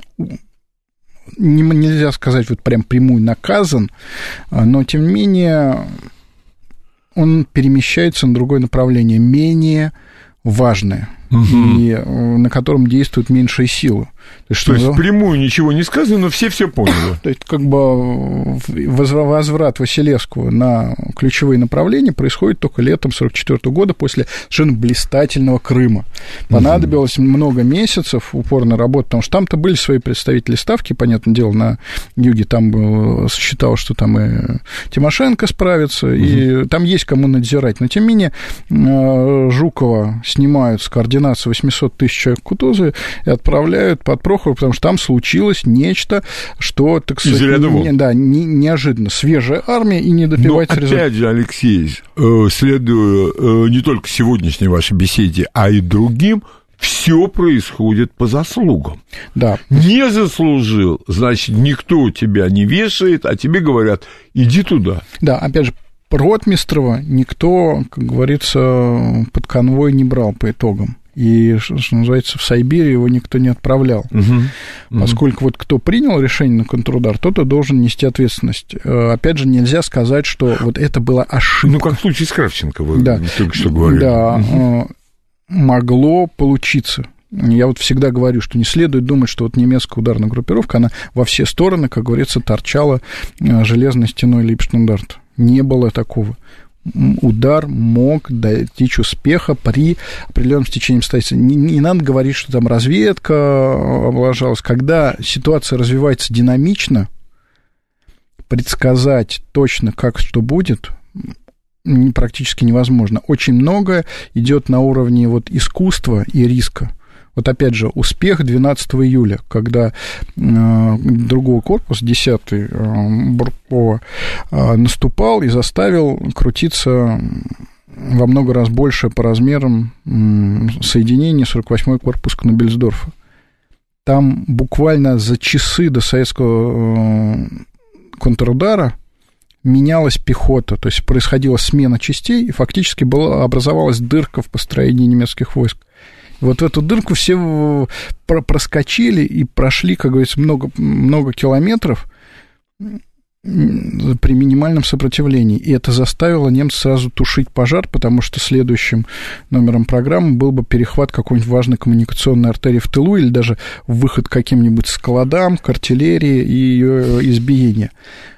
нельзя сказать, вот прям прямую наказан, но, тем не менее, он перемещается на другое направление, менее важное, угу. и на котором действуют меньшие силы. То есть, То есть впрямую ничего не сказано, но все все поняли. То есть, как бы возврат Василевского на ключевые направления происходит только летом сорок четвёртого года после совершенно блистательного Крыма. Понадобилось угу. много месяцев упорной работы, потому что там-то были свои представители ставки, понятное дело, на юге там считалось, что там и Тимошенко справится, угу. и там есть кому надзирать. Но, тем не менее, Жукова снимают с координации восемьсот тысяч человек Кутузы и отправляют под Прохоровку, потому что там случилось нечто, что, так сказать, не, да, не, неожиданно. Свежая армия и не добивается результата. Опять же, Алексей, следуя не только сегодняшней вашей беседе, а и другим, все происходит по заслугам. Да. Не заслужил, значит, никто тебя не вешает, а тебе говорят, иди туда. Да, опять же, Ротмистрова никто, как говорится, под конвой не брал по итогам. И, что называется, в Сайбирию его никто не отправлял. Угу. Поскольку вот кто принял решение на контрудар, тот и должен нести ответственность. Опять же, нельзя сказать, что вот это была ошибка. Ну, как в случае с Кравченко, вы да. только что говорили. Да, угу. могло получиться. Я вот всегда говорю, что не следует думать, что вот немецкая ударная группировка, она во все стороны, как говорится, торчала железной стеной Лейбштандарта. Не было такого. Удар мог достичь успеха при определенном стечении обстоятельств. Не, не надо говорить, что там разведка облажалась. Когда ситуация развивается динамично, предсказать точно, как что будет, практически невозможно. Очень многое идет на уровне вот искусства и риска. Вот опять же, успех двенадцатого июля, когда э, другой корпус, десятый э, Буркова, э, наступал и заставил крутиться во много раз больше по размерам э, соединение сорок восьмой корпус Кнобельсдорфа. Там буквально за часы до советского э, контрудара менялась пехота, то есть происходила смена частей, и фактически была, образовалась дырка в построении немецких войск. Вот в эту дырку все проскочили и прошли, как говорится, много, много километров, при минимальном сопротивлении. И это заставило немцев сразу тушить пожар, потому что следующим номером программы был бы перехват какой-нибудь важной коммуникационной артерии в тылу или даже выход к каким-нибудь складам, к артиллерии и ее избиение.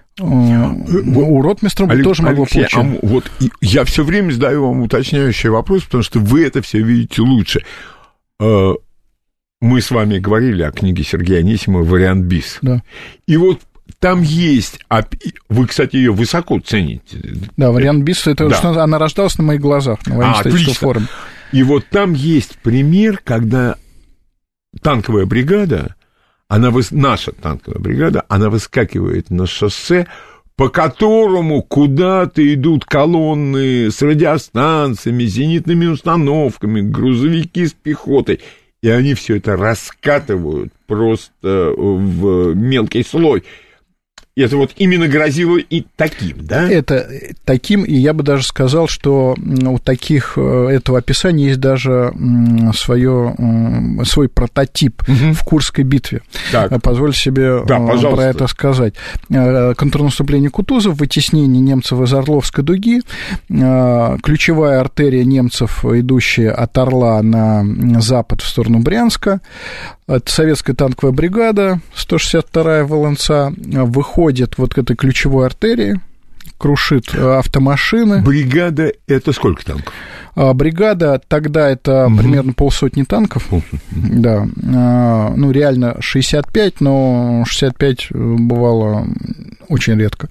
У ротмистра бы тоже могло получиться. А, вот я все время задаю вам уточняющий вопрос, потому что вы это все видите лучше. Мы с вами говорили о книге Сергея Анисимова «Вариант БИС». Да. И вот там есть... Вы, кстати, ее высоко цените. Да, «Вариант БИС», это да. Что она рождалась на моих глазах на военно-историческом форуме. И вот там есть пример, когда танковая бригада, она, наша танковая бригада, она выскакивает на шоссе, по которому куда-то идут колонны с радиостанциями, зенитными установками, грузовики с пехотой, и они все это раскатывают просто в мелкий слой. И это вот именно грозило и таким, да? Это таким, и я бы даже сказал, что у таких, этого описания есть даже свое, свой прототип угу. в Курской битве. Так. Позволь себе да, про это сказать. Контрнаступление Кутузов, вытеснение немцев из Орловской дуги, ключевая артерия немцев, идущая от Орла на запад в сторону Брянска. Это советская танковая бригада, сто шестьдесят вторая ВЛНЦ, выходит вот к этой ключевой артерии, крушит автомашины. Бригада — это сколько танков? Бригада тогда это угу. примерно полсотни танков. Да. Ну, реально шестьдесят пять, но шестьдесят пять бывало очень редко.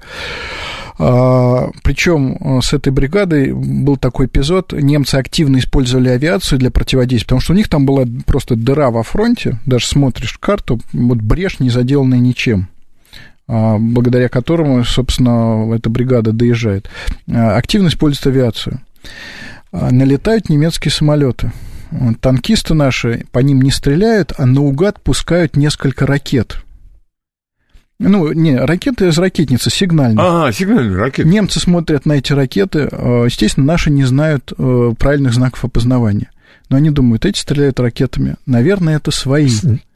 Причем с этой бригадой был такой эпизод, немцы активно использовали авиацию для противодействия, потому что у них там была просто дыра во фронте, даже смотришь карту, вот брешь, не заделанная ничем, благодаря которому, собственно, эта бригада доезжает. Активно используют авиацию. Налетают немецкие самолеты. Танкисты наши по ним не стреляют, а наугад пускают несколько ракет. Ну, не, ракеты из ракетницы, сигнальные. А, сигнальные ракеты. Немцы смотрят на эти ракеты, естественно, наши не знают правильных знаков опознавания. Но они думают, эти стреляют ракетами, наверное, это свои.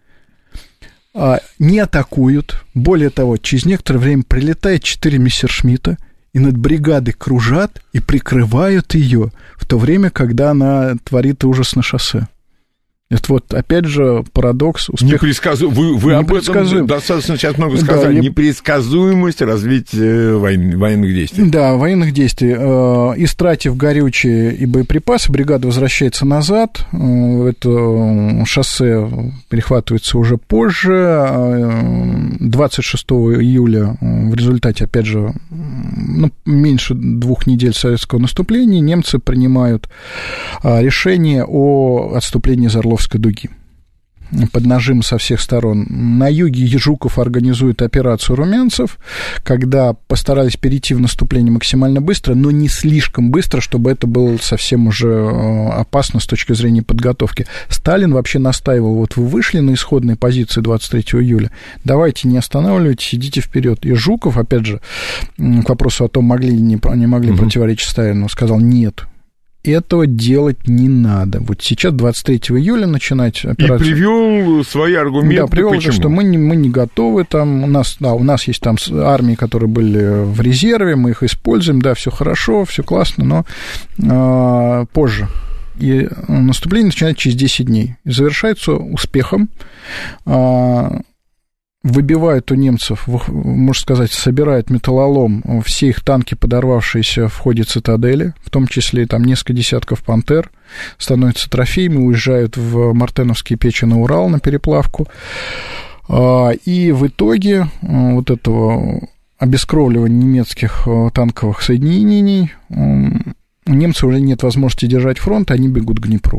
Не атакуют. Более того, через некоторое время прилетает четыре мессершмитта, и над бригадой кружат и прикрывают ее в то время, когда она творит ужас на шоссе. Это вот, опять же, парадокс. Успех... Непредсказу... Вы, вы об этом достаточно сейчас много сказали. Да, Непредсказуемость развития войн... военных действий. Да, военных действий. Истратив горючее и боеприпасы, бригада возвращается назад. Это шоссе перехватывается уже позже. двадцать шестого июля в результате, опять же, ну, меньше двух недель советского наступления немцы принимают решение о отступлении из Орловской дуги под нажим со всех сторон. На юге Жуков организует операцию румянцев, когда постарались перейти в наступление максимально быстро, но не слишком быстро, чтобы это было совсем уже опасно с точки зрения подготовки. Сталин вообще настаивал, вот вы вышли на исходные позиции двадцать третьего июля, давайте не останавливайтесь, идите вперед. И Жуков, опять же, к вопросу о том, могли или не, не могли угу. противоречить Сталину, сказал нет. Этого делать не надо. Вот сейчас, двадцать третьего июля, начинать операцию. И привел свои аргументы. Да, привел, почему? Что мы не, мы не готовы. Там, у, нас, да, у нас есть там армии, которые были в резерве, мы их используем, да, все хорошо, все классно, но э, позже. И наступление начинается через десять дней. И завершается успехом. Э, выбивают у немцев, можно сказать, собирают металлолом все их танки, подорвавшиеся в ходе цитадели, в том числе там несколько десятков «Пантер», становятся трофеями, уезжают в Мартеновские печи на Урал на переплавку. И в итоге вот этого обескровливания немецких танковых соединений у немцев уже нет возможности держать фронт, они бегут к Днепру.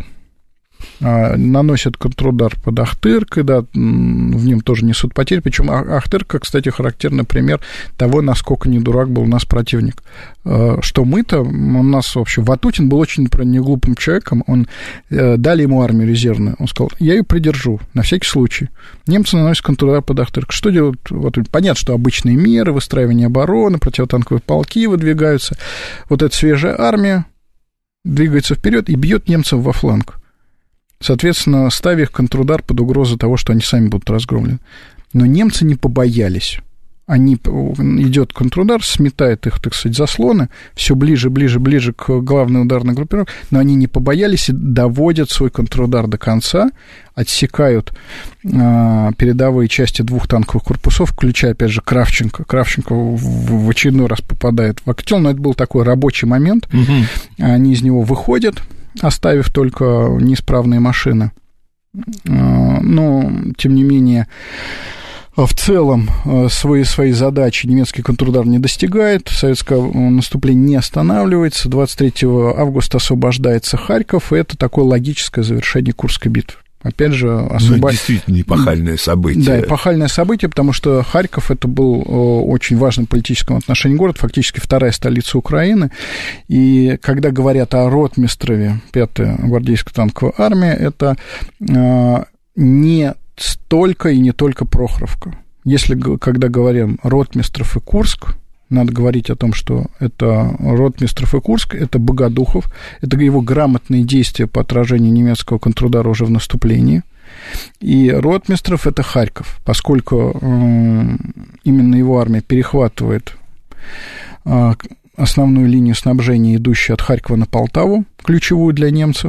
Наносят контрудар под Ахтыркой, да, в нем тоже несут потери, причем Ахтырка, кстати, характерный пример того, насколько не дурак был у нас противник. Что мы-то, у нас, в общем, Ватутин был очень неглупым человеком, он, дали ему армию резервную, он сказал, я ее придержу, на всякий случай. Немцы наносят контрудар под Ахтыркой. Что делают Ватутин? Понятно, что обычные меры, выстраивание обороны, противотанковые полки выдвигаются, вот эта свежая армия двигается вперед и бьет немцев во фланг. Соответственно, ставя их контрудар под угрозу того, что они сами будут разгромлены. Но немцы не побоялись. они, идет контрудар, сметает их, так сказать, заслоны, все ближе, ближе, ближе к главной ударной группировке, но они не побоялись и доводят свой контрудар до конца, отсекают э, передовые части двух танковых корпусов, включая, опять же, Кравченко. Кравченко в, в очередной раз попадает в котел, но это был такой рабочий момент. Угу. Они из него выходят, оставив только неисправные машины. Э, но, тем не менее... В целом свои, свои задачи немецкий контрудар не достигает, советское наступление не останавливается, двадцать третьего августа освобождается Харьков, и это такое логическое завершение Курской битвы. Опять же, освобод... ну, действительно эпохальное событие. Да, эпохальное событие, потому что Харьков это был очень важный в политическом отношении город, фактически вторая столица Украины. И когда говорят о ротмистрове пятой гвардейской танковой армии, это не столько и не только Прохоровка. Если, когда говорим Ротмистров и Курск, надо говорить о том, что это Ротмистров и Курск, это Богодухов, это его грамотные действия по отражению немецкого контрудара уже в наступлении. И Ротмистров — это Харьков, поскольку э, именно его армия перехватывает э, основную линию снабжения, идущую от Харькова на Полтаву, ключевую для немцев,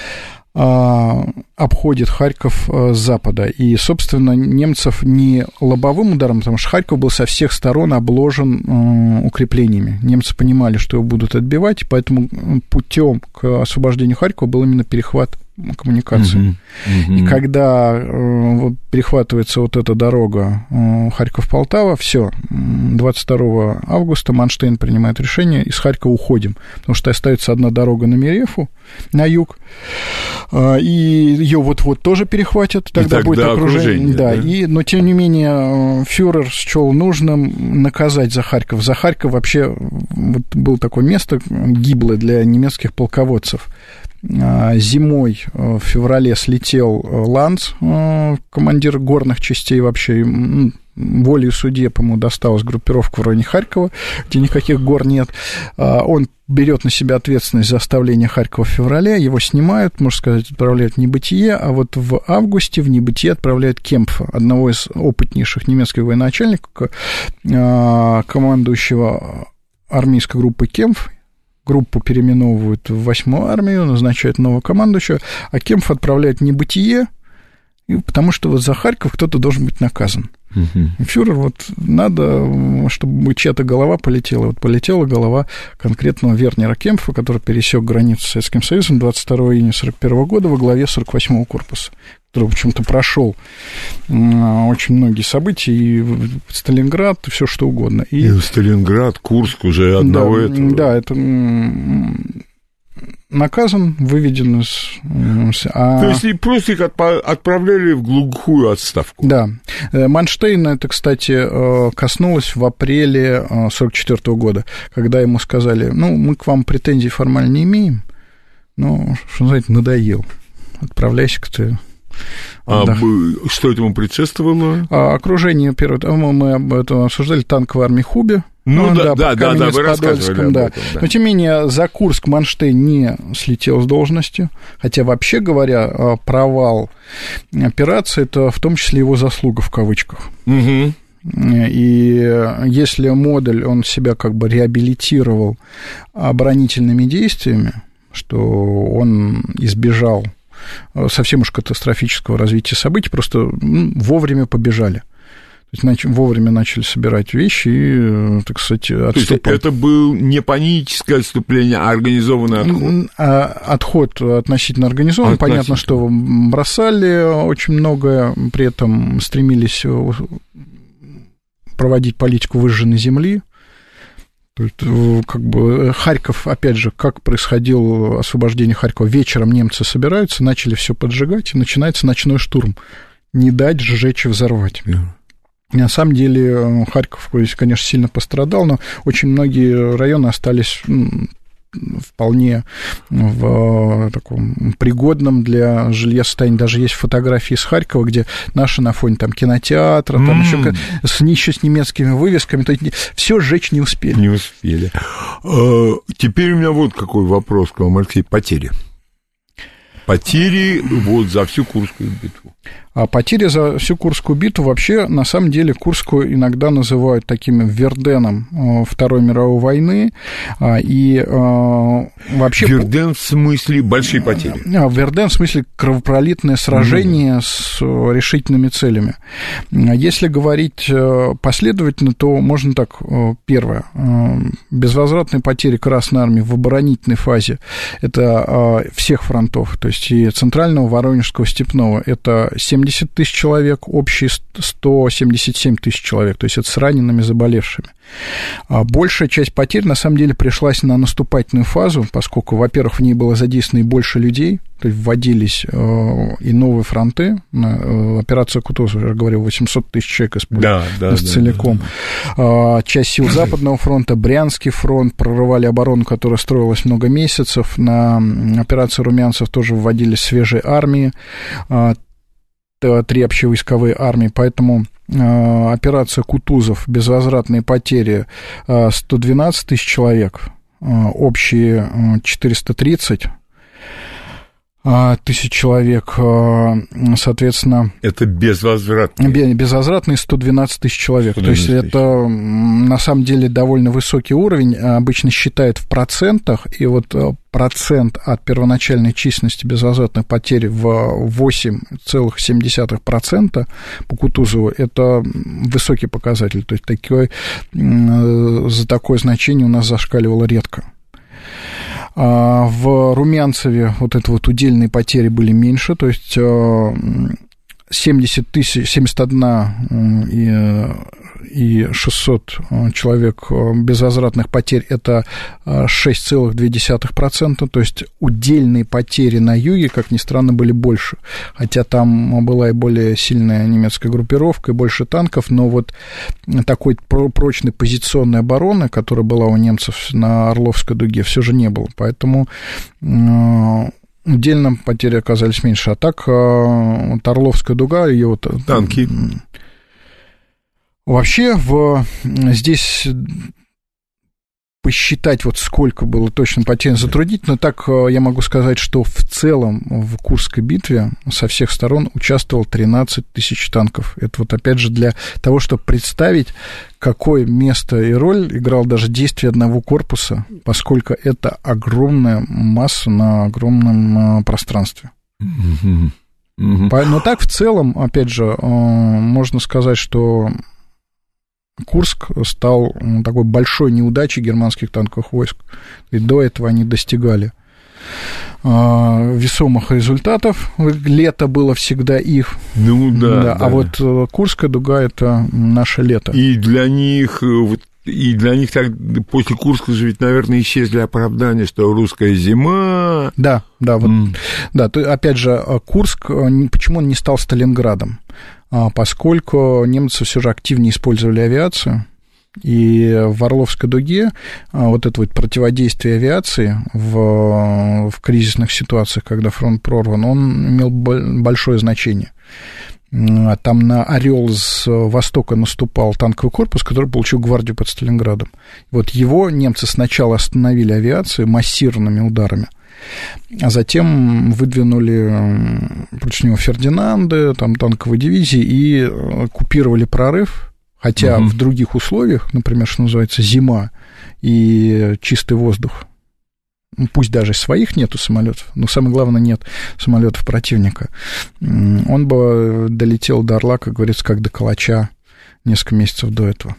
обходит Харьков с запада. И, собственно, немцев не лобовым ударом, потому что Харьков был со всех сторон обложен укреплениями. Немцы понимали, что его будут отбивать, поэтому путем к освобождению Харькова был именно перехват коммуникации. Uh-huh. Uh-huh. И когда э, перехватывается вот эта дорога э, Харьков-Полтава, все, двадцать второго августа Манштейн принимает решение, из Харькова уходим, потому что остается одна дорога на Мерефу, на юг, э, и ее вот-вот тоже перехватят, тогда, тогда будет окружение. окружение да, да. И, но, тем не менее, фюрер счел нужным наказать за Харьков. За Харьков вообще вот было такое место гиблое для немецких полководцев. Зимой в феврале слетел Ланц, командир горных частей, вообще волею судьи, по-моему, досталась группировка в районе Харькова, где никаких гор нет. Он берет на себя ответственность за оставление Харькова в феврале, его снимают, можно сказать, отправляют в небытие, а вот в августе в небытие отправляют Кемпфа, одного из опытнейших немецких военачальников, командующего армейской группой Кемпф. Группу переименовывают в восьмую армию, назначают нового командующего, а Кемпф отправляют в небытие, потому что вот за Харьков кто-то должен быть наказан. Uh-huh. Фюрер, вот надо, чтобы чья-то голова полетела. Вот полетела голова конкретного Вернера Кемпфа, который пересек границу с Советским Союзом двадцать второго июня сорок первого года во главе сорок восьмого корпуса, который, в общем-то, прошел очень многие события, и Сталинград, и все что угодно. И, и Сталинград, Курск уже одного да, этого. Да, это наказан, выведен из... А... То есть просто их отправляли в глухую отставку. Да. Манштейна это, кстати, коснулось в апреле сорок четвёртого года, когда ему сказали, ну, мы к вам претензий формально не имеем, но, что называется, надоел. Отправляйся-ка ты. А да. Что этому предшествовало? А, окружение, первое, мы об этом обсуждали, танковой армии Хубе. Ну, ну да, да, да, да, вы рассказывали да. об этом, да. Но, тем не менее, за Курск Манштейн не слетел с должности, хотя, вообще говоря, провал операции – это в том числе его заслуга, в кавычках. Угу. И если Модель, он себя как бы реабилитировал оборонительными действиями, что он избежал совсем уж катастрофического развития событий, просто ну, вовремя побежали. То есть вовремя начали собирать вещи и, так сказать, отступать. То есть это было не паническое отступление, а организованный отход? Отход относительно организован. Относительно. Понятно, что бросали очень многое, при этом стремились проводить политику выжженной земли. То есть, как бы, Харьков, опять же, как происходило освобождение Харькова, вечером немцы собираются, начали все поджигать, и начинается ночной штурм. Не дать сжечь и взорвать. Yeah. На самом деле Харьков, конечно, сильно пострадал, но очень многие районы остались вполне в таком пригодном для жилья состоянии. Даже есть фотографии из Харькова, где наши на фоне там кинотеатра, там mm. еще, с, еще с немецкими вывесками, то есть все сжечь не успели. Не успели. Теперь у меня вот какой вопрос к вам, Алексей. Потери. Потери вот за всю Курскую битву. А потери за всю Курскую битву вообще, на самом деле, Курскую иногда называют таким Верденом Второй мировой войны, и вообще... Верден в смысле большие потери? Верден в смысле кровопролитное сражение mm-hmm. с решительными целями. Если говорить последовательно, то можно так, первое, безвозвратные потери Красной Армии в оборонительной фазе, это всех фронтов, то есть и Центрального, Воронежского, Степного, это семьдесят тысяч человек, общие сто семьдесят семь тысяч человек, то есть это с ранеными, заболевшими. Большая часть потерь, на самом деле, пришлась на наступательную фазу, поскольку, во-первых, в ней было задействовано и больше людей, то есть вводились и новые фронты. Операция Кутузов, я говорил, восемьсот тысяч человек использовали да, да, целиком. Да, да. Часть сил Западного фронта, Брянский фронт, прорывали оборону, которая строилась много месяцев. На операцию Румянцев тоже вводились свежие армии, три общевойсковые армии, поэтому операция Кутузов, безвозвратные потери сто двенадцать тысяч человек, общие четыреста тридцать тысяч человек, соответственно... Это безвозвратные? Безвозвратные сто двенадцать тысяч человек. То есть это, на самом деле, довольно высокий уровень. Обычно считают в процентах, и вот процент от первоначальной численности безвозвратных потерь в восемь целых семь десятых процента по Кутузову – это высокий показатель. То есть такой, за такое значение у нас зашкаливало редко. В Румянцеве вот это вот удельные потери были меньше, то есть семьдесят тысяч, семьдесят один и шестьсот человек безвозвратных потерь, это шесть целых две десятых процента, то есть удельные потери на юге, как ни странно, были больше, хотя там была и более сильная немецкая группировка, и больше танков, но вот такой прочной позиционной обороны, которая была у немцев на Орловской дуге, все же не было, поэтому... Удельно потери оказались меньше. А так, вот Орловская дуга, ее вот... Танки. Вообще, в... здесь посчитать, вот сколько было точно потерь, затруднительно. Так я могу сказать, что в целом в Курской битве со всех сторон участвовало тринадцать тысяч танков. Это вот опять же для того, чтобы представить, какое место и роль играл даже действие одного корпуса, поскольку это огромная масса на огромном пространстве. Mm-hmm. Mm-hmm. Но так в целом, опять же, можно сказать, что Курск стал такой большой неудачей германских танковых войск. И до этого они достигали весомых результатов. Лето было всегда их. Ну да, да. да. А вот Курская дуга – это наше лето. И для них... И для них так, после Курска же ведь, наверное, исчезли оправдания, что русская зима... Да, да, вот, mm. да, то, опять же, Курск, почему он не стал Сталинградом? Поскольку немцы все же активнее использовали авиацию, и в Орловской дуге вот это вот противодействие авиации в, в кризисных ситуациях, когда фронт прорван, он имел большое значение. Там на Орел с востока наступал танковый корпус, который получил гвардию под Сталинградом. Вот его немцы сначала остановили авиацию массированными ударами, а затем выдвинули против него Фердинанды, там танковые дивизии и купировали прорыв, хотя угу. в других условиях, например, что называется зима и чистый воздух, пусть даже своих нету самолетов, но самое главное, нет самолетов противника, он бы долетел до Орла, как говорится, как до Калача несколько месяцев до этого.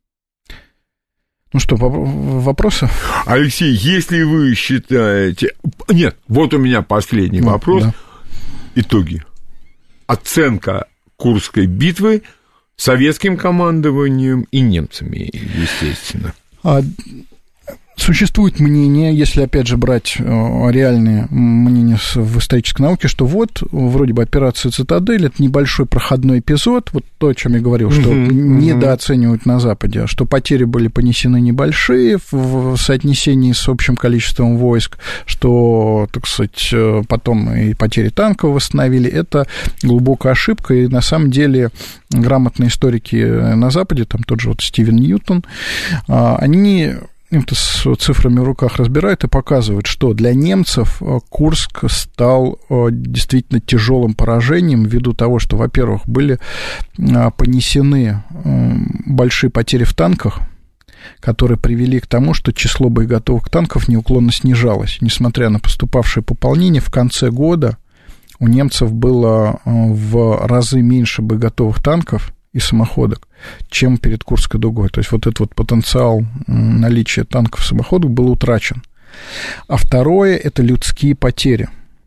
Ну что, вопросы? Алексей, если вы считаете... Нет, вот у меня последний ну, вопрос. Да. Итоги. Оценка Курской битвы советским командованием и немцами, естественно. А... Существует мнение, если, опять же, брать реальные мнения в исторической науке, что вот, вроде бы, операция «Цитадель» — это небольшой проходной эпизод, вот то, о чем я говорил, что uh-huh, недооценивают uh-huh. на Западе, что потери были понесены небольшие в соотнесении с общим количеством войск, что, так сказать, потом и потери танков восстановили. Это глубокая ошибка, и на самом деле грамотные историки на Западе, там тот же вот Стивен Ньютон, они... это с цифрами в руках разбирают и показывают, что для немцев Курск стал действительно тяжелым поражением ввиду того, что, во-первых, были понесены большие потери в танках, которые привели к тому, что число боеготовых танков неуклонно снижалось. Несмотря на поступавшее пополнение, в конце года у немцев было в разы меньше боеготовых танков и самоходок, чем перед Курской дугой. То есть вот этот вот потенциал наличия танков и самоходок был утрачен. А второе – это людские потери.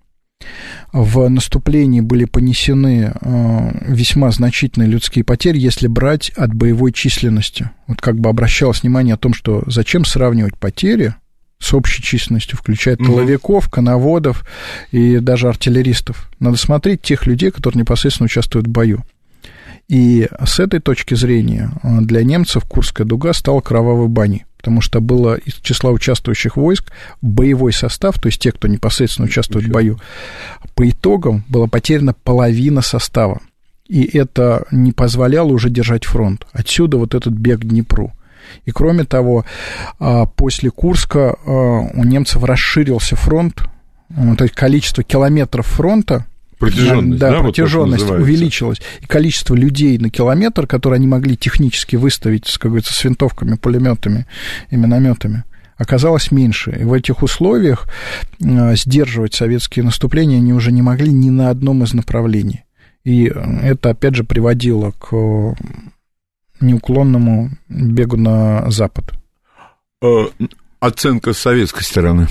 В наступлении были понесены весьма значительные людские потери, если брать от боевой численности. Вот как бы обращалось внимание о том, что зачем сравнивать потери с общей численностью, включая тыловиков, коноводов и даже артиллеристов. Надо смотреть тех людей, которые непосредственно участвуют в бою. И с этой точки зрения для немцев Курская дуга стала кровавой баней, потому что было из числа участвующих войск боевой состав, то есть те, кто непосредственно участвует в бою, по итогам была потеряна половина состава. И это не позволяло уже держать фронт. Отсюда вот этот бег к Днепру. И кроме того, после Курска у немцев расширился фронт, то есть количество километров фронта, Протяженность, да, да, протяженность вот увеличилась, и количество людей на километр, которые они могли технически выставить, как говорится, с винтовками, пулеметами и минометами, оказалось меньше. И в этих условиях сдерживать советские наступления они уже не могли ни на одном из направлений. И это, опять же, приводило к неуклонному бегу на Запад. Оценка с советской стороны.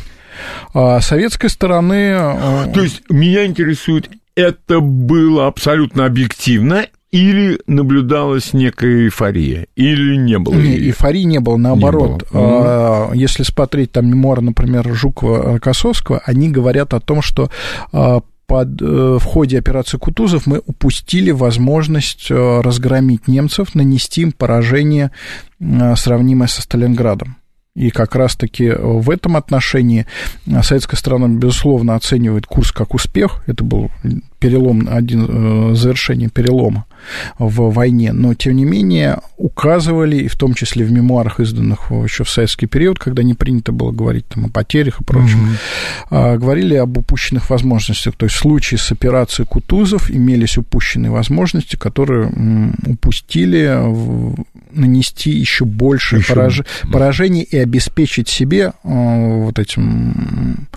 А с советской стороны... То есть меня интересует, это было абсолютно объективно или наблюдалась некая эйфория, или не было? Не, эйфории не было, наоборот. Не было. Если смотреть там мемуары, например, Жукова-Рокоссовского, они говорят о том, что под, в ходе операции Кутузов мы упустили возможность разгромить немцев, нанести им поражение, сравнимое со Сталинградом. И как раз-таки в этом отношении советская сторона, безусловно, оценивает Курск как успех. Это был перелом, один, завершение перелома в войне. Но, тем не менее, указывали, и в том числе в мемуарах, изданных еще в советский период, когда не принято было говорить там, о потерях и прочем, mm-hmm. говорили об упущенных возможностях. То есть в случае с операцией Кутузов имелись упущенные возможности, которые упустили нанести еще больше еще... Пораж... поражений и обеспечить себе вот этим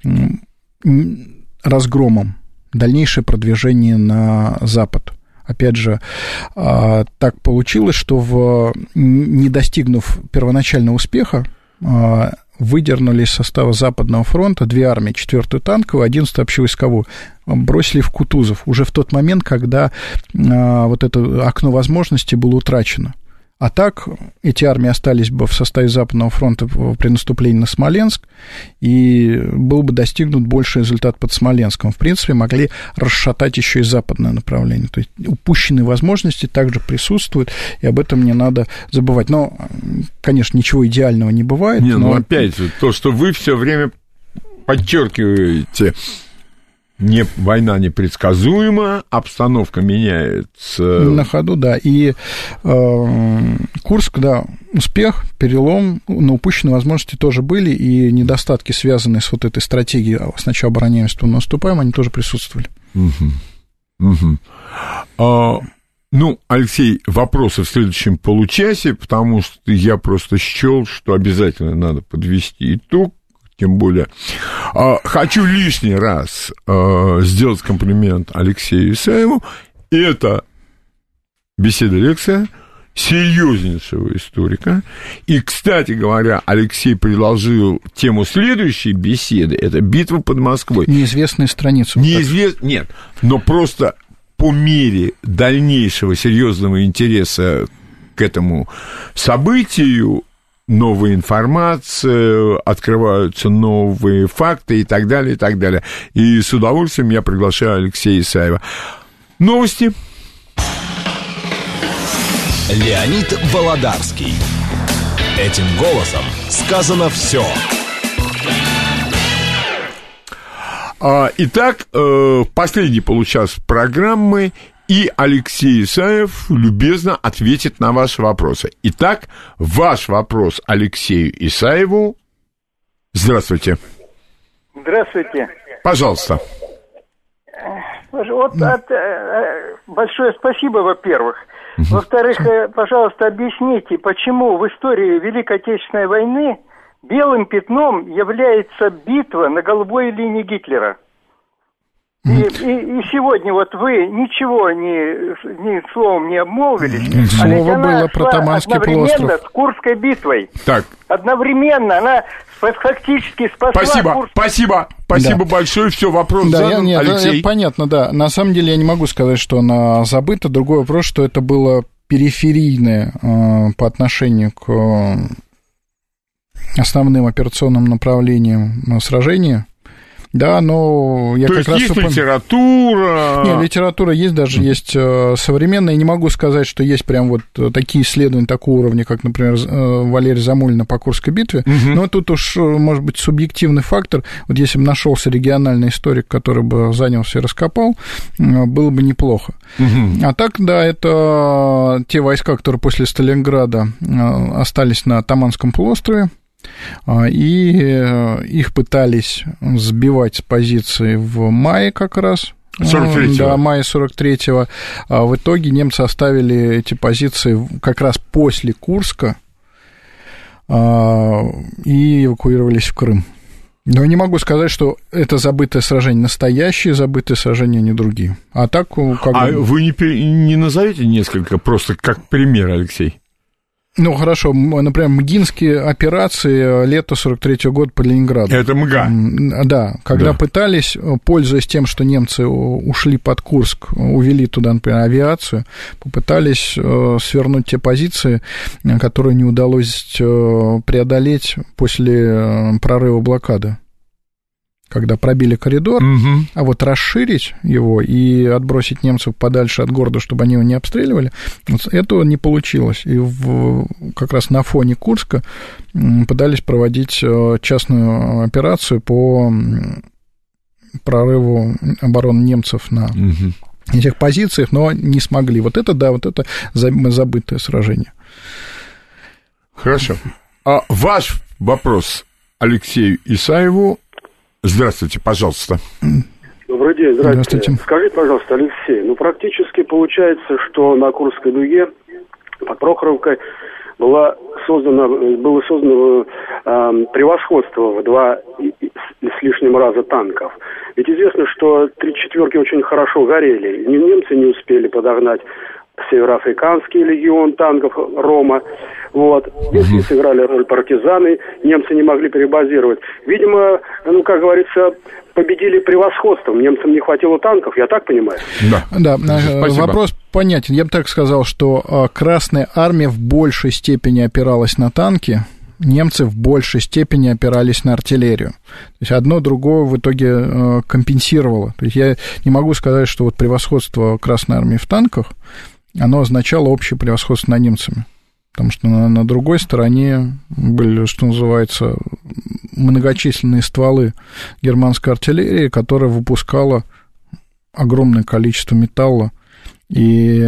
разгромом дальнейшее продвижение на Запад. Опять же, так получилось, что в, не достигнув первоначального успеха, выдернули из состава Западного фронта две армии, четвёртую танковую, одиннадцатую общевойсковую, бросили в Кутузов уже в тот момент, когда вот это окно возможностей было утрачено. А так эти армии остались бы в составе Западного фронта при наступлении на Смоленск, и был бы достигнут больший результат под Смоленском. В принципе, могли расшатать еще и западное направление. То есть упущенные возможности также присутствуют, и об этом не надо забывать. Но, конечно, ничего идеального не бывает. Не, но... ну опять же, то, что вы все время подчеркиваете... Не, война непредсказуема, обстановка меняется. На ходу, да. И э, Курск, да, успех, перелом, но упущенные возможности тоже были, и недостатки, связанные с вот этой стратегией сначала обороняемся, потом наступаем, они тоже присутствовали. Угу. Угу. А, ну, Алексей, вопросы в следующем получасе, потому что я просто счел, что обязательно надо подвести итог. Тем более, хочу лишний раз сделать комплимент Алексею Исаеву. Это беседа-лекция серьезнейшего историка. И, кстати говоря, Алексей предложил тему следующей беседы. Это «Битва под Москвой». Неизвестные страницы. Неизвест... Нет, но просто по мере дальнейшего серьезного интереса к этому событию, новая информация, открываются новые факты и так далее, и так далее. И с удовольствием я приглашаю Алексея Исаева. Новости. Леонид Володарский. Этим голосом сказано все. Итак, последний получас программы. и Алексей Исаев любезно ответит на ваши вопросы. Итак, ваш вопрос Алексею Исаеву. Здравствуйте. Здравствуйте. Пожалуйста. Вот от, большое спасибо, во-первых. Во-вторых, пожалуйста, объясните, почему в истории Великой Отечественной войны белым пятном является битва на голубой линии Гитлера. И, и, и сегодня вот вы ничего ни, ни словом не обмолвились, Слово а ведь она было про шла Таманский одновременно полуостров. с Курской битвой. Так. Одновременно она фактически спасла Спасибо, Курск. спасибо, спасибо Да. большое. Все, вопрос Да, задан, я, нет, Алексей. это понятно, да. На самом деле я не могу сказать, что она забыта. Другой вопрос, что это было периферийное э, по отношению к э, основным операционным направлениям э, сражения. Да, но я То как есть раз... есть упом... литература? Нет, литература есть, даже есть э, современная. Я не могу сказать, что есть прям вот такие исследования такого уровня, как, например, э, Валерий Замулин по Курской битве. Угу. Но тут уж, может быть, субъективный фактор. Вот если бы нашелся региональный историк, который бы занялся и раскопал, э, было бы неплохо. Угу. А так, да, это те войска, которые после Сталинграда э, остались на Таманском полуострове, и их пытались сбивать с позиции в мае как раз. сорок третьего. Да, мая сорок третьего. А в итоге немцы оставили эти позиции как раз после Курска и эвакуировались в Крым. Но не могу сказать, что это забытое сражение настоящее, забытые сражения, а не другие. А так, как А бы... вы не, не назовете несколько, просто как пример, Алексей? Ну, хорошо, например, Мгинские операции лета сорок третьего года по Ленинграду. Это МГА. Да, когда да. пытались, пользуясь тем, что немцы ушли под Курск, увели туда, например, авиацию, попытались свернуть те позиции, которые не удалось преодолеть после прорыва блокады. Когда пробили коридор, угу. а вот расширить его и отбросить немцев подальше от города, чтобы они его не обстреливали, вот этого не получилось. И в, как раз на фоне Курска пытались проводить частную операцию по прорыву обороны немцев на угу. этих позициях, но не смогли. Вот это, да, вот это забытое сражение. Хорошо. А ваш вопрос Алексею Исаеву. Здравствуйте, пожалуйста. Добрый день, здравствуйте. Здравствуйте. Скажите, пожалуйста, Алексей, ну практически получается, что на Курской дуге под Прохоровкой была создана, было создано э, превосходство в два с лишним раза танков. Ведь известно, что три четверки очень хорошо горели. Немцы не успели подогнать североафриканский легион танков Рома. Вот. Если угу. сыграли роль партизаны, немцы не могли перебазировать. Видимо, ну, как говорится, победили превосходством. Немцам не хватило танков, я так понимаю? Да, да. Вопрос понятен. Я бы так сказал, что Красная Армия в большей степени опиралась на танки, немцы в большей степени опирались на артиллерию. То есть одно другое в итоге компенсировало. То есть я не могу сказать, что вот превосходство Красной Армии в танках, оно означало общее превосходство над немцами. Потому что на, на другой стороне были, что называется, многочисленные стволы германской артиллерии, которая выпускала огромное количество металла. И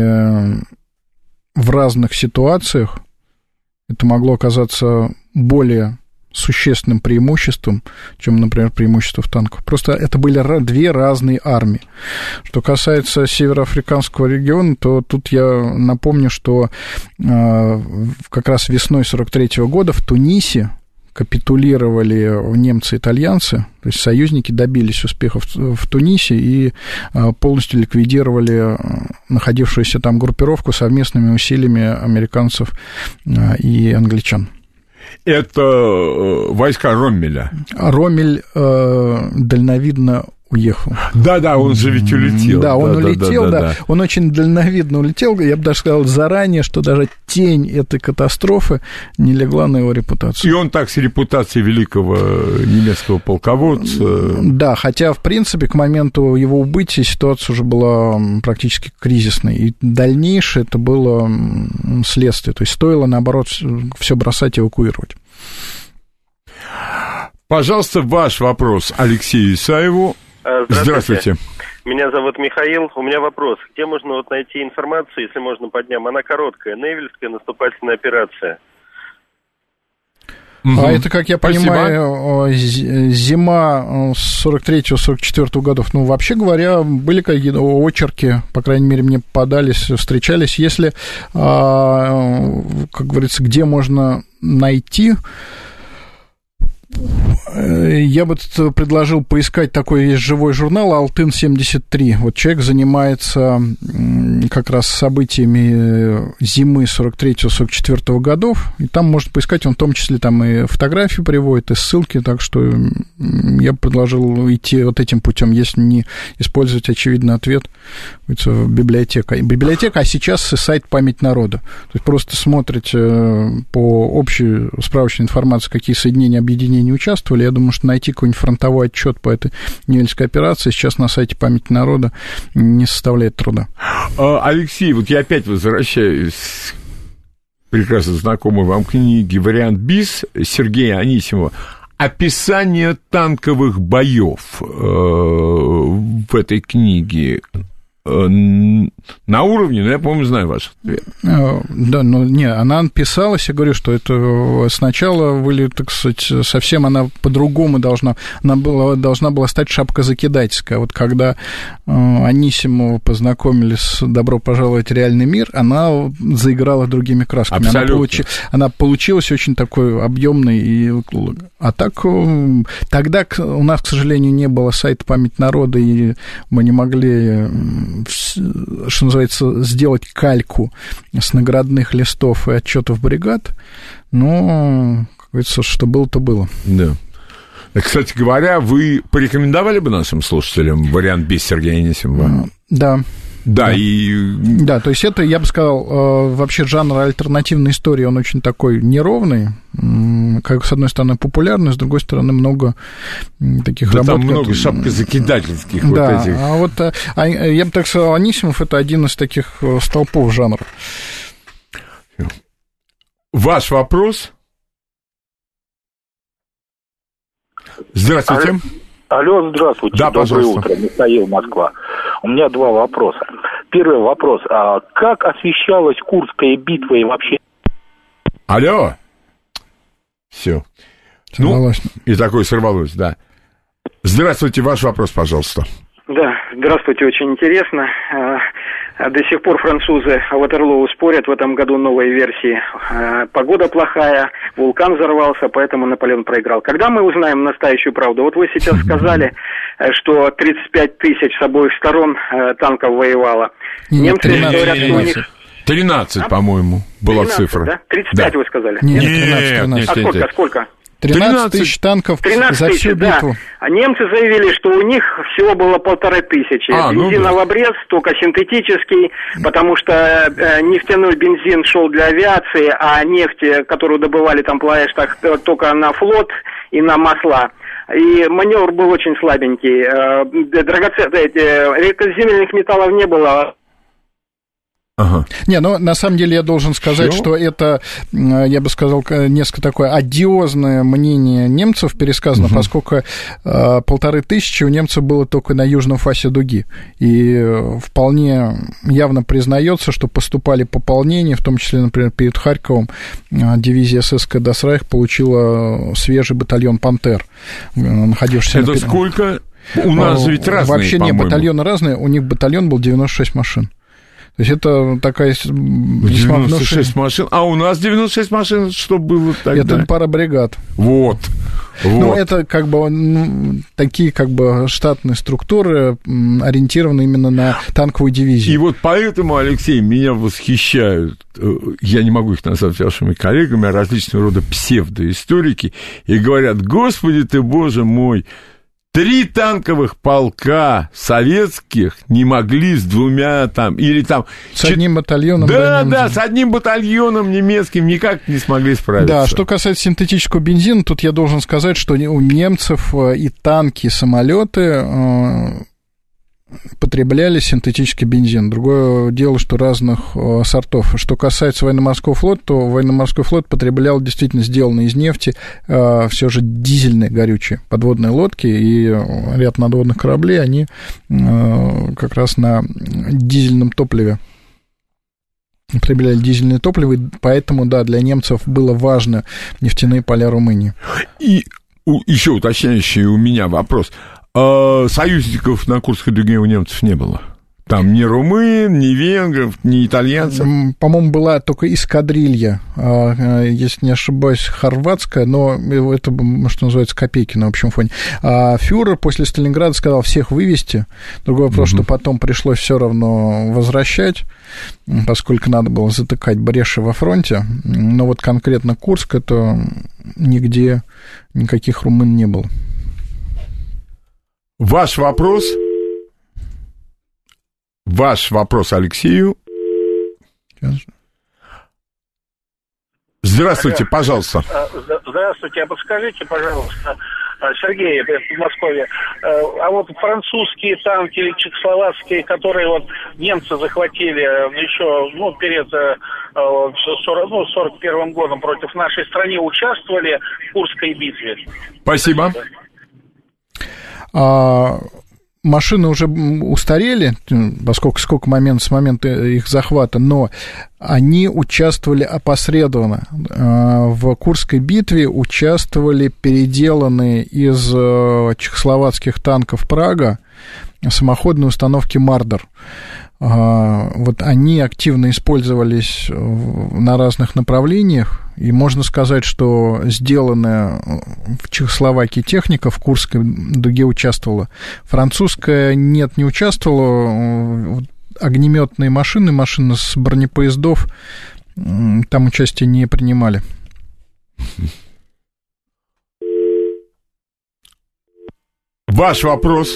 в разных ситуациях это могло оказаться более существенным преимуществом, чем, например, преимущество в танках. Просто это были две разные армии. Что касается североафриканского региона, то тут я напомню, что э, как раз весной сорок третьего года в Тунисе капитулировали немцы-итальянцы, то есть союзники добились успехов в Тунисе и полностью ликвидировали находившуюся там группировку совместными усилиями американцев и англичан. Это войска Роммеля. Роммель э, дальновидно уехал. Да-да, он же ведь улетел. Да, он да, улетел, да, да, да, да. Он очень дальновидно улетел. Я бы даже сказал заранее, что даже тень этой катастрофы не легла на его репутацию. И он так с репутацией великого немецкого полководца. Да, хотя, в принципе, к моменту его убытия ситуация уже была практически кризисной. И дальнейшее это было следствие. То есть стоило, наоборот, все бросать и эвакуировать. Пожалуйста, ваш вопрос Алексею Исаеву. Здравствуйте. Здравствуйте. Меня зовут Михаил. У меня вопрос. Где можно вот найти информацию, если можно по дням? Она короткая. Невельская наступательная операция. Угу. А это, как я Спасибо. понимаю, зима сорок третьего сорок четвёртого годов. Ну, вообще говоря, были какие-то очерки, по крайней мере, мне попадались, встречались. Если, как говорится, где можно найти... Я бы тут предложил поискать такой есть живой журнал «Алтын семьдесят три». Вот человек занимается как раз событиями зимы сорок третьего сорок четвёртого годов, и там можно поискать, он в том числе там и фотографии приводит, и ссылки, так что я бы предложил идти вот этим путем, если не использовать очевидный ответ, в библиотека. Библиотека, а сейчас сайт «Память народа». То есть просто смотрите по общей справочной информации, какие соединения, объединения не участвовали, я думаю, что найти какой-нибудь фронтовой отчет по этой Невельской операции сейчас на сайте «Памяти народа» не составляет труда. Алексей, вот я опять возвращаюсь к прекрасно знакомой вам книге «Вариант БИС» Сергея Анисимова. Описание танковых боев в этой книге на уровне, ну, я, по-моему, знаю ваш ответ. Да, но не, она писалась, я говорю, что это сначала были, так сказать, совсем она по-другому должна, она была, должна была стать шапкозакидательская. Вот когда Анисимова познакомили с «Добро пожаловать в реальный мир», она заиграла другими красками. Она, получи, она получилась очень такой объемной. И, а так, тогда у нас, к сожалению, не было сайта «Память народа», и мы не могли... что называется, сделать кальку с наградных листов и отчетов бригад, но, как говорится, что было, то было. Да. Кстати говоря, вы порекомендовали бы нашим слушателям вариант «БИС» Сергея Анисимова? Да. Да, да, и... Да, то есть это, я бы сказал, вообще жанр альтернативной истории, он очень такой неровный, как, с одной стороны, популярный, с другой стороны, много таких да работ. Там много шапкозакидательских да, вот этих. А вот, а, я бы так сказал, Анисимов — это один из таких столпов жанра. Ваш вопрос? Здравствуйте. Алло, здравствуйте. Да, доброе пожалуйста. утро, Михаил, Москва. У меня два вопроса. Первый вопрос. А как освещалась Курская битва и вообще... Алло. Все. Ну, и такое сорвалось, да. Здравствуйте, ваш вопрос, пожалуйста. Да, здравствуйте, очень интересно. До сих пор французы о Ватерлоу спорят, в этом году новые версии. Погода плохая, вулкан взорвался, поэтому Наполеон проиграл. Когда мы узнаем настоящую правду? Вот вы сейчас сказали, что тридцать пять тысяч с обоих сторон танков воевало. Немцы говорят, что у них... тринадцать, а? По-моему, была тринадцать, цифра. Да? тридцать пять, да. Вы сказали? Нет, тринадцать, тринадцать. А сколько, сколько? тринадцать тысяч танков тринадцать за всю тысяч, битву. Да. А немцы заявили, что у них всего было полторы тысячи. А, бензин ну да. в обрез, только синтетический, потому что э, нефтяной бензин шел для авиации, а нефть, которую добывали там плаваешь, только на флот и на масла. И маневр был очень слабенький. Э, драгоценных э, редкоземельных металлов не было. Ага. Не, ну, на самом деле я должен сказать, Всё? что это, я бы сказал, несколько такое одиозное мнение немцев пересказано, угу. поскольку э, полторы тысячи у немцев было только на южном фасе дуги. И вполне явно признается, что поступали пополнения, в том числе, например, перед Харьковом дивизия эс эс «Кадас Райх» получила свежий батальон «Пантер», находившийся... Это на... сколько? У нас ведь разные, Вообще по-моему. не, батальоны разные, у них батальон был девяносто шесть машин. То есть это такая весьма девяносто шесть машин. А у нас девяносто шесть машин, что было тогда? Это пара бригад. Вот. Вот. Ну, это как бы ну, такие как бы штатные структуры, ориентированы именно на танковую дивизию. И вот поэтому, Алексей, меня восхищают, я не могу их назвать вашими коллегами, а различного рода псевдоисторики, и говорят: Господи ты, Боже мой, три танковых полка советских не могли с двумя там, или там... С чет... одним батальоном. Да, да, да, с одним батальоном немецким никак не смогли справиться. Да, что касается синтетического бензина, тут я должен сказать, что у немцев и танки, и самолеты потребляли синтетический бензин. Другое дело, что разных э, сортов. Что касается военно-морского флота, то военно-морской флот потреблял действительно сделанные из нефти э, все же дизельные горючие подводные лодки, и ряд надводных кораблей, они э, как раз на дизельном топливе потребляли дизельное топливо, и поэтому, да, для немцев было важно нефтяные поля Румынии. И еще уточняющий у меня вопрос. А союзников на Курской дуге у немцев не было? Там ни румын, ни венгров, ни итальянцев? По-моему, была только эскадрилья, если не ошибаюсь, хорватская, но это, что называется, копейки на общем фоне. А фюрер после Сталинграда сказал всех вывести. Другой вопрос, mm-hmm. что потом пришлось все равно возвращать, поскольку надо было затыкать бреши во фронте. Но вот конкретно Курск, это нигде никаких румын не было. Ваш вопрос... Ваш вопрос Алексею. Здравствуйте, пожалуйста. Здравствуйте, а подскажите, пожалуйста, Сергей, это в Подмосковье, а вот французские танки или чехословацкие, которые вот немцы захватили еще, ну, перед ну, сорок первым годом против нашей страны, участвовали в Курской битве? Спасибо. А... Машины уже устарели, поскольку сколько момент, с момента их захвата, но они участвовали опосредованно. В Курской битве участвовали переделанные из чехословацких танков «Прага» самоходные установки «Мардер». Вот они активно использовались на разных направлениях, и можно сказать, что сделанная в Чехословакии техника в Курской дуге участвовала. Французская нет, не участвовала. Огнеметные машины, машины с бронепоездов там участие не принимали. Ваш вопрос.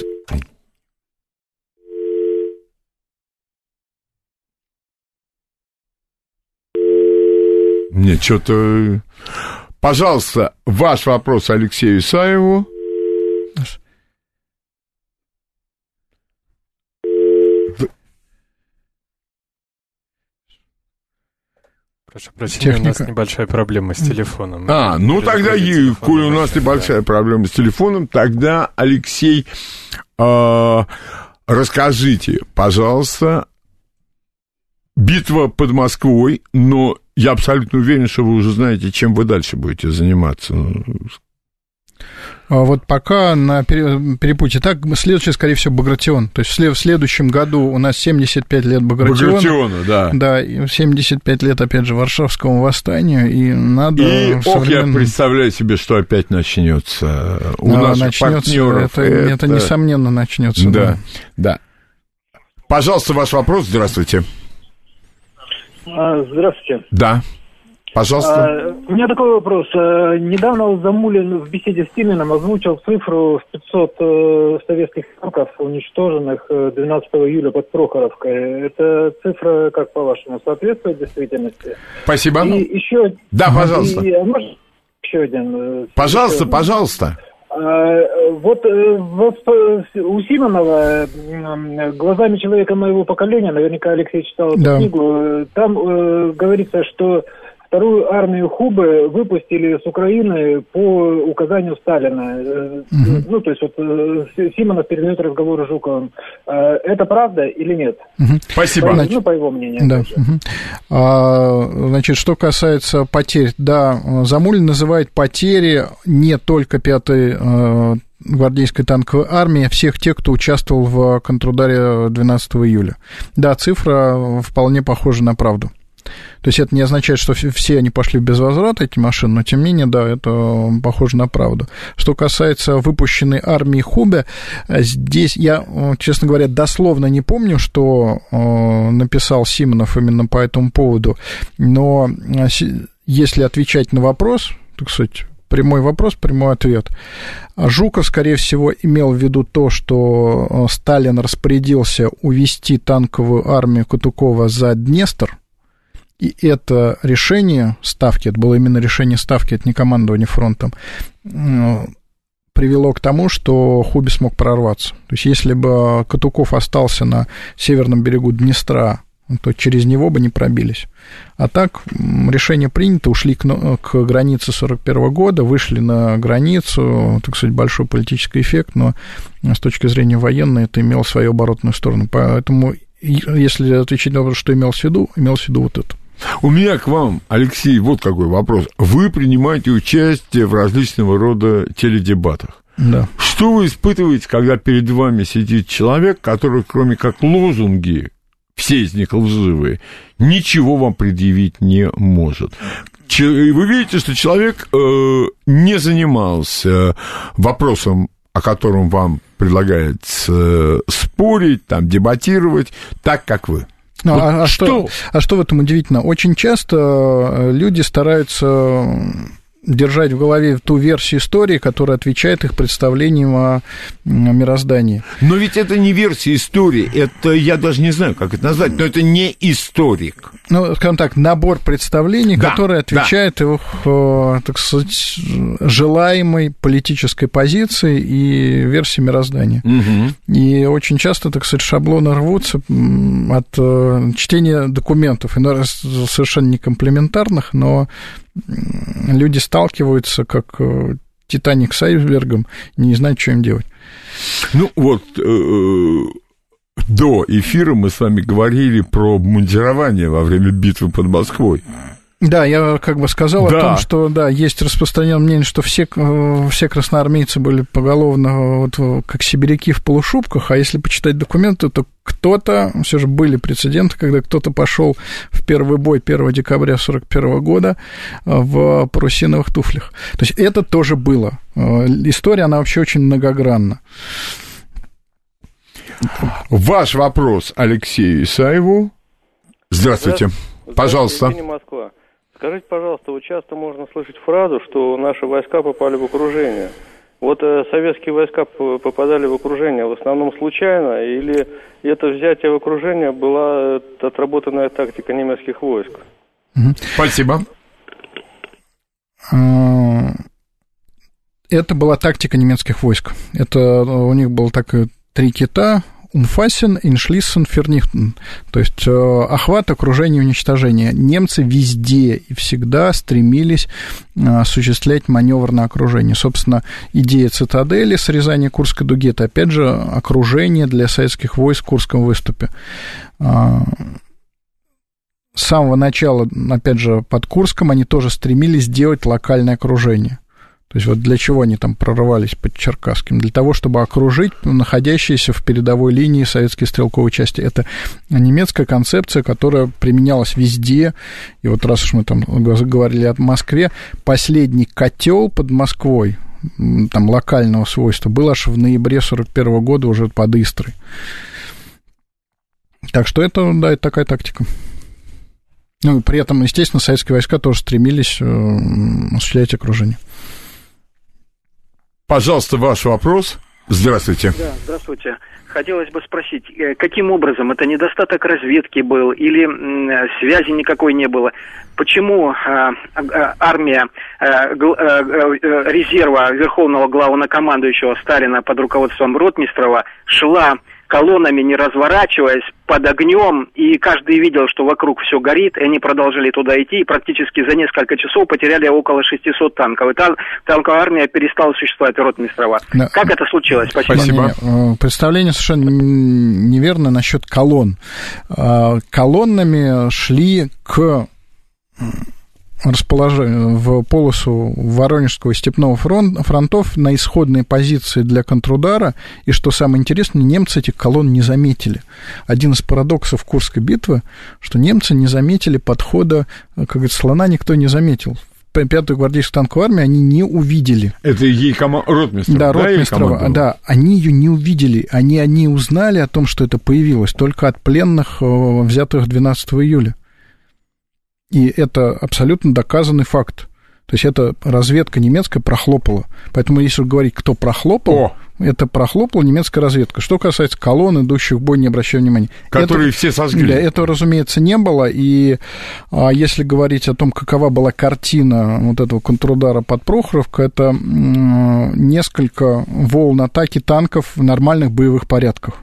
Нет, что-то... Пожалуйста, ваш вопрос Алексею Исаеву. Прошу прощения, Техника. У нас небольшая проблема с телефоном. А, ну тогда, коль у нас небольшая да. проблема с телефоном, тогда, Алексей, э, расскажите, пожалуйста, битва под Москвой, но я абсолютно уверен, что вы уже знаете, чем вы дальше будете заниматься. Вот пока на перепутье. Так, следующий, скорее всего, Багратион. То есть в следующем году у нас семьдесят пять лет Багратиона. Багратиона, да. Да, и семьдесят пять лет, опять же, Варшавскому восстанию, и надо... И, современ... ох, я представляю себе, что опять начнется у да, наших начнется, партнеров. Это, это... это, несомненно, начнется. Да, да, да. Пожалуйста, ваш вопрос. Здравствуйте. Здравствуйте. Да, пожалуйста. А, у меня такой вопрос. Недавно Замулин в беседе с Тиминым озвучил цифру в пятьсот э, советских танков, уничтоженных двенадцатого июля под Прохоровкой. Эта цифра, как по-вашему, соответствует действительности? Спасибо. И еще... Да, пожалуйста. И, а может, еще один? Пожалуйста, еще... пожалуйста. Вот у Симонова «Глазами человека моего поколения», наверняка Алексей читал эту да. книгу, там э, говорится, что вторую армию Хубы выпустили с Украины по указанию Сталина. Угу. Ну, то есть вот Симонов передает разговор с Жуковым. Это правда или нет? Угу. Спасибо. По, значит, ну, по его мнению. Да. Угу. А, значит, что касается потерь, да, Замулин называет потери не только пятой гвардейской танковой армии, всех тех, кто участвовал в контрударе двенадцатого июля. Да, цифра вполне похожа на правду. То есть это не означает, что все они пошли без возврата, эти машины, но тем не менее, да, это похоже на правду. Что касается выпущенной армии Хубе, здесь я, честно говоря, дословно не помню, что написал Симонов именно по этому поводу, но если отвечать на вопрос, так сказать, прямой вопрос, прямой ответ. Жуков, скорее всего, имел в виду то, что Сталин распорядился увести танковую армию Кутукова за Днестр, и это решение Ставки, это было именно решение Ставки, это не командование фронтом, привело к тому, что Хуби смог прорваться. То есть, если бы Катуков остался на северном берегу Днестра, то через него бы не пробились. А так, решение принято, ушли к, к границе сорок первого года, вышли на границу, так сказать, большой политический эффект, но с точки зрения военной это имело свою оборотную сторону. Поэтому, если отвечать на вопрос, что имелось в виду, имелось в виду вот это. У меня к вам, Алексей, вот какой вопрос. Вы принимаете участие в различного рода теледебатах. Да. Что вы испытываете, когда перед вами сидит человек, который, кроме как лозунги, все из них лживые, ничего вам предъявить не может? Вы видите, что человек э, не занимался вопросом, о котором вам предлагается спорить, там, дебатировать, так, как вы. Ну, вот а, что? Что, а что в этом удивительно? Очень часто люди стараются держать в голове ту версию истории, которая отвечает их представлениям о мироздании. Но ведь это не версия истории, это, я даже не знаю, как это назвать, но это не историк. Ну, скажем так, набор представлений, да, который отвечает да. их, так сказать, желаемой политической позиции и версии мироздания. Угу. И очень часто, так сказать, шаблоны рвутся от чтения документов, иной раз совершенно не комплементарных, но люди сталкиваются, как Титаник с айсбергом, и не знают, что им делать. Ну, вот, э, до эфира мы с вами говорили про обмундирование во время битвы под Москвой. Да, я как бы сказал да. о том, что, да, есть распространенное мнение, что все, все красноармейцы были поголовно вот, как сибиряки в полушубках, а если почитать документы, то кто-то, все же были прецеденты, когда кто-то пошел в первый бой первого декабря сорок первого года в парусиновых туфлях. То есть это тоже было. История, она вообще очень многогранна. Ваш вопрос Алексею Исаеву. Здравствуйте. Здравствуйте. Пожалуйста. Москва. Скажите, пожалуйста, вот часто можно слышать фразу, что наши войска попали в окружение. Вот э, советские войска попадали в окружение в основном случайно, или это взятие в окружение была отработанная тактика немецких войск? Спасибо. Это была тактика немецких войск. Это у них было так три кита: Умфассен, Иншлиссен, Фернихтен. То есть охват, окружение, уничтожение. Немцы везде и всегда стремились осуществлять маневр на окружение. Собственно, идея цитадели, срезания Курской дуги, это, опять же, окружение для советских войск в Курском выступе. С самого начала, опять же, под Курском они тоже стремились сделать локальное окружение. То есть вот для чего они там прорывались под Черкасским? Для того, чтобы окружить находящиеся в передовой линии советские стрелковые части. Это немецкая концепция, которая применялась везде. И вот раз уж мы там говорили о Москве, последний котел под Москвой, там локального свойства, был аж в ноябре сорок первого года уже под Истрой. Так что это, да, это такая тактика. Ну, при этом, естественно, советские войска тоже стремились осуществлять окружение. Пожалуйста, ваш вопрос. Здравствуйте. Да, здравствуйте. Хотелось бы спросить, каким образом это недостаток разведки был или связи никакой не было? Почему армия резерва Верховного Главнокомандующего Сталина под руководством Ротмистрова шла колоннами, не разворачиваясь, под огнем, и каждый видел, что вокруг все горит, и они продолжили туда идти, и практически за несколько часов потеряли около шестисот танков. И та, танковая армия перестала существовать, Ротмистрова. Да. Как это случилось? Спасибо. Спасибо. Представление совершенно неверно насчет колонн. Колоннами шли к расположению в полосу Воронежского и Степного фронт, фронтов на исходные позиции для контрудара, и, что самое интересное, немцы этих колонн не заметили. Один из парадоксов Курской битвы, что немцы не заметили подхода, как говорится, слона никто не заметил. Пятую гвардейскую танковую армию они не увидели. Это ей кома... Ротмистрова, да, Ротмистрова, да, да, они ее не увидели, они, они узнали о том, что это появилось только от пленных, взятых двенадцатого июля. И это абсолютно доказанный факт. То есть это разведка немецкая прохлопала. Поэтому если говорить, кто прохлопал, О! это прохлопала немецкая разведка. Что касается колонн, идущих в бой, не обращаю внимания. Которые это, все сожгли. Да, этого, разумеется, не было. И а, если говорить о том, какова была картина вот этого контрудара под Прохоровкой, это м- несколько волн атаки танков в нормальных боевых порядках.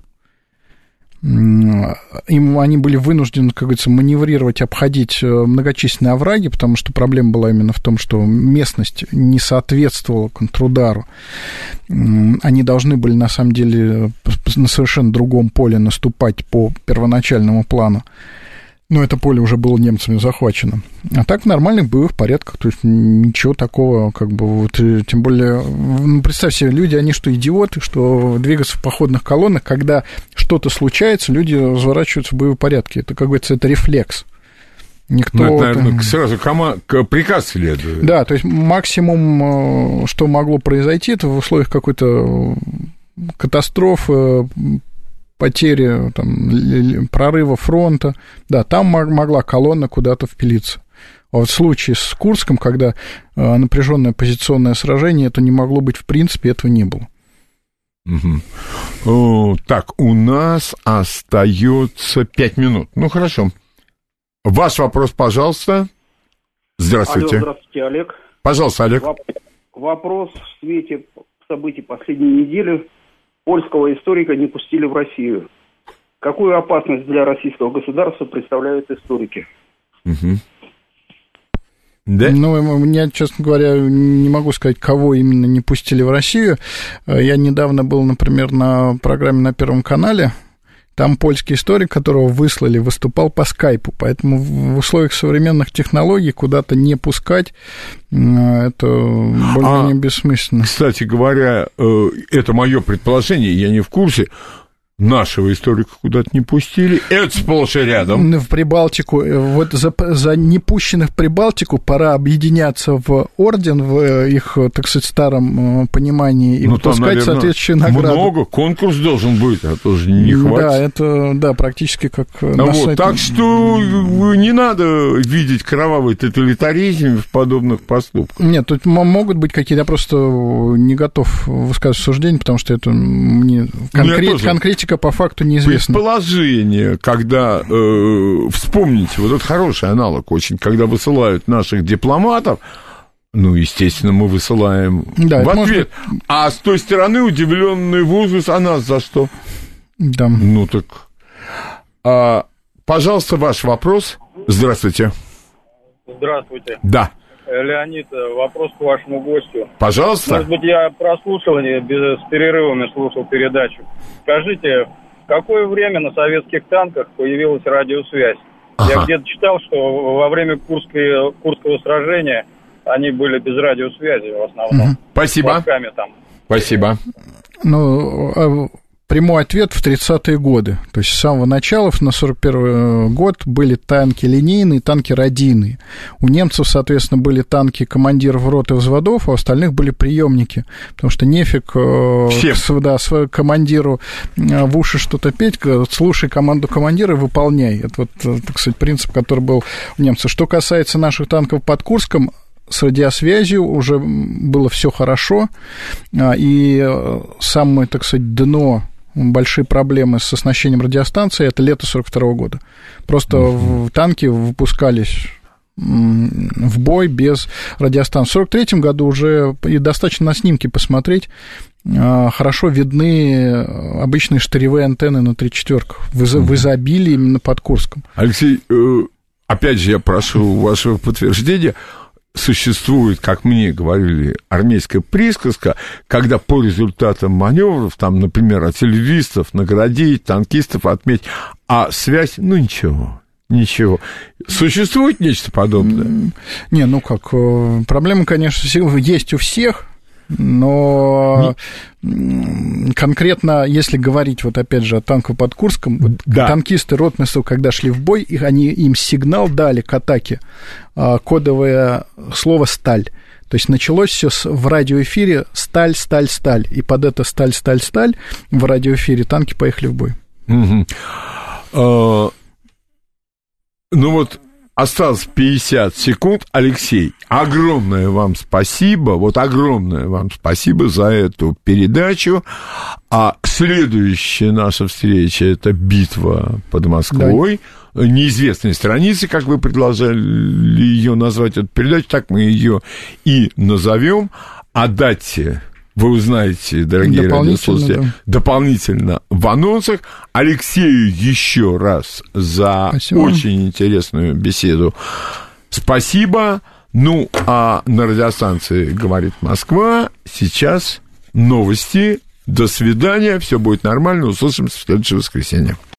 Им они были вынуждены, как говорится, маневрировать, обходить многочисленные овраги, потому что проблема была именно в том, что местность не соответствовала контрудару. Они должны были, на самом деле, на совершенно другом поле наступать по первоначальному плану. Но это поле уже было немцами захвачено. А так в нормальных боевых порядках, то есть ничего такого, как бы, вот, тем более, ну, представь себе, люди, они что, идиоты, что двигаться в походных колоннах, когда что-то случается, люди разворачиваются в боевые порядки. Это, как говорится, это рефлекс. Никто... Ну, это, наверное, сразу кома... приказ следует. Да, то есть максимум, что могло произойти, это в условиях какой-то катастрофы, потери, там, прорыва фронта, да, там могла колонна куда-то впилиться. А вот в случае с Курском, когда напряженное позиционное сражение, это не могло быть в принципе, этого не было. Угу. О, так, у нас остается пять минут. Ну, хорошо. Ваш вопрос, пожалуйста. Здравствуйте. Алло, здравствуйте, Олег. Пожалуйста, Олег. Вопрос в свете событий последней недели. Польского историка не пустили в Россию. Какую опасность для российского государства представляют историки? Угу. Да? Ну, я, честно говоря, не могу сказать, кого именно не пустили в Россию. Я недавно был, например, на программе на Первом канале. Там польский историк, которого выслали, выступал по скайпу. Поэтому в условиях современных технологий куда-то не пускать, это более-менее а, бессмысленно. Кстати говоря, это мое предположение, я не в курсе. Нашего историка куда-то не пустили. Это сплошь и рядом. В Прибалтику. Вот за, за непущенных в Прибалтику пора объединяться в орден, в их, так сказать, старом понимании, и ну, выпускать соответствующие награды. Много, конкурс должен быть, а тоже не хватит. Да, это, да, практически как... Ну, вот, сайте... Так что не надо видеть кровавый тоталитаризм в подобных поступках. Нет, тут могут быть какие-то... Я просто не готов высказывать суждения, потому что это мне конкрет... конкретика по факту неизвестна. Предположение, когда, э, вспомните, вот это хороший аналог очень, когда высылают наших дипломатов, ну, естественно, мы высылаем да, в ответ. Может... А с той стороны удивленный возглас, а нас за что? Да. Ну, так... А, пожалуйста, ваш вопрос. Здравствуйте. Здравствуйте. Да. Леонид, вопрос к вашему гостю. Пожалуйста. Может быть, я прослушал, без, с перерывами слушал передачу. Скажите, в какое время на советских танках появилась радиосвязь? Ага. Я где-то читал, что во время Курской, Курского сражения они были без радиосвязи в основном. Угу. Спасибо. Там. Спасибо. Ну, прямой ответ в тридцатые годы. То есть с самого начала, на сорок первый год, были танки линейные, танки радийные. У немцев, соответственно, были танки командиров рот и взводов, а у остальных были приемники. Потому что нефиг э, да, командиру в уши что-то петь, слушай команду командира и выполняй. Это вот, так сказать, принцип, который был у немцев. Что касается наших танков под Курском, с радиосвязью уже было все хорошо, и самое, так сказать, дно, большие проблемы с оснащением радиостанции — это лето сорок второго года. Просто uh-huh. танки выпускались в бой без радиостанции. В сорок третьем году уже, и достаточно на снимки посмотреть, хорошо видны обычные штыревые антенны на три четвёрках в, из- uh-huh. в изобилии именно под Курском. Алексей, опять же, я прошу вашего подтверждения. Существует, как мне говорили, армейская присказка, когда по результатам маневров, там, например, артиллеристов наградить, танкистов отметить, а связь, ну, ничего, ничего. Существует нечто подобное? Не, ну как, проблема, конечно, есть у всех, но конкретно, если говорить, вот опять же, о танках под Курском, вот да. танкисты ротмистров, когда шли в бой, их, они, им сигнал дали к атаке, кодовое слово «сталь». То есть началось все в радиоэфире «сталь, сталь, сталь», и под это «сталь, сталь, сталь» в радиоэфире танки поехали в бой. Угу. А, ну вот, осталось пятьдесят секунд. Алексей, огромное вам спасибо, вот огромное вам спасибо за эту передачу. А следующая наша встреча — это битва под Москвой. Да. Неизвестные страницы, как вы предложили ее назвать, эту передачу, так мы ее и назовем. А дате вы узнаете, дорогие радиослушатели, да. дополнительно в анонсах. Алексею еще раз за Спасибо. Очень интересную беседу спасибо. Ну, а на радиостанции «Говорит Москва» сейчас новости. До свидания, все будет нормально, услышимся в следующее воскресенье.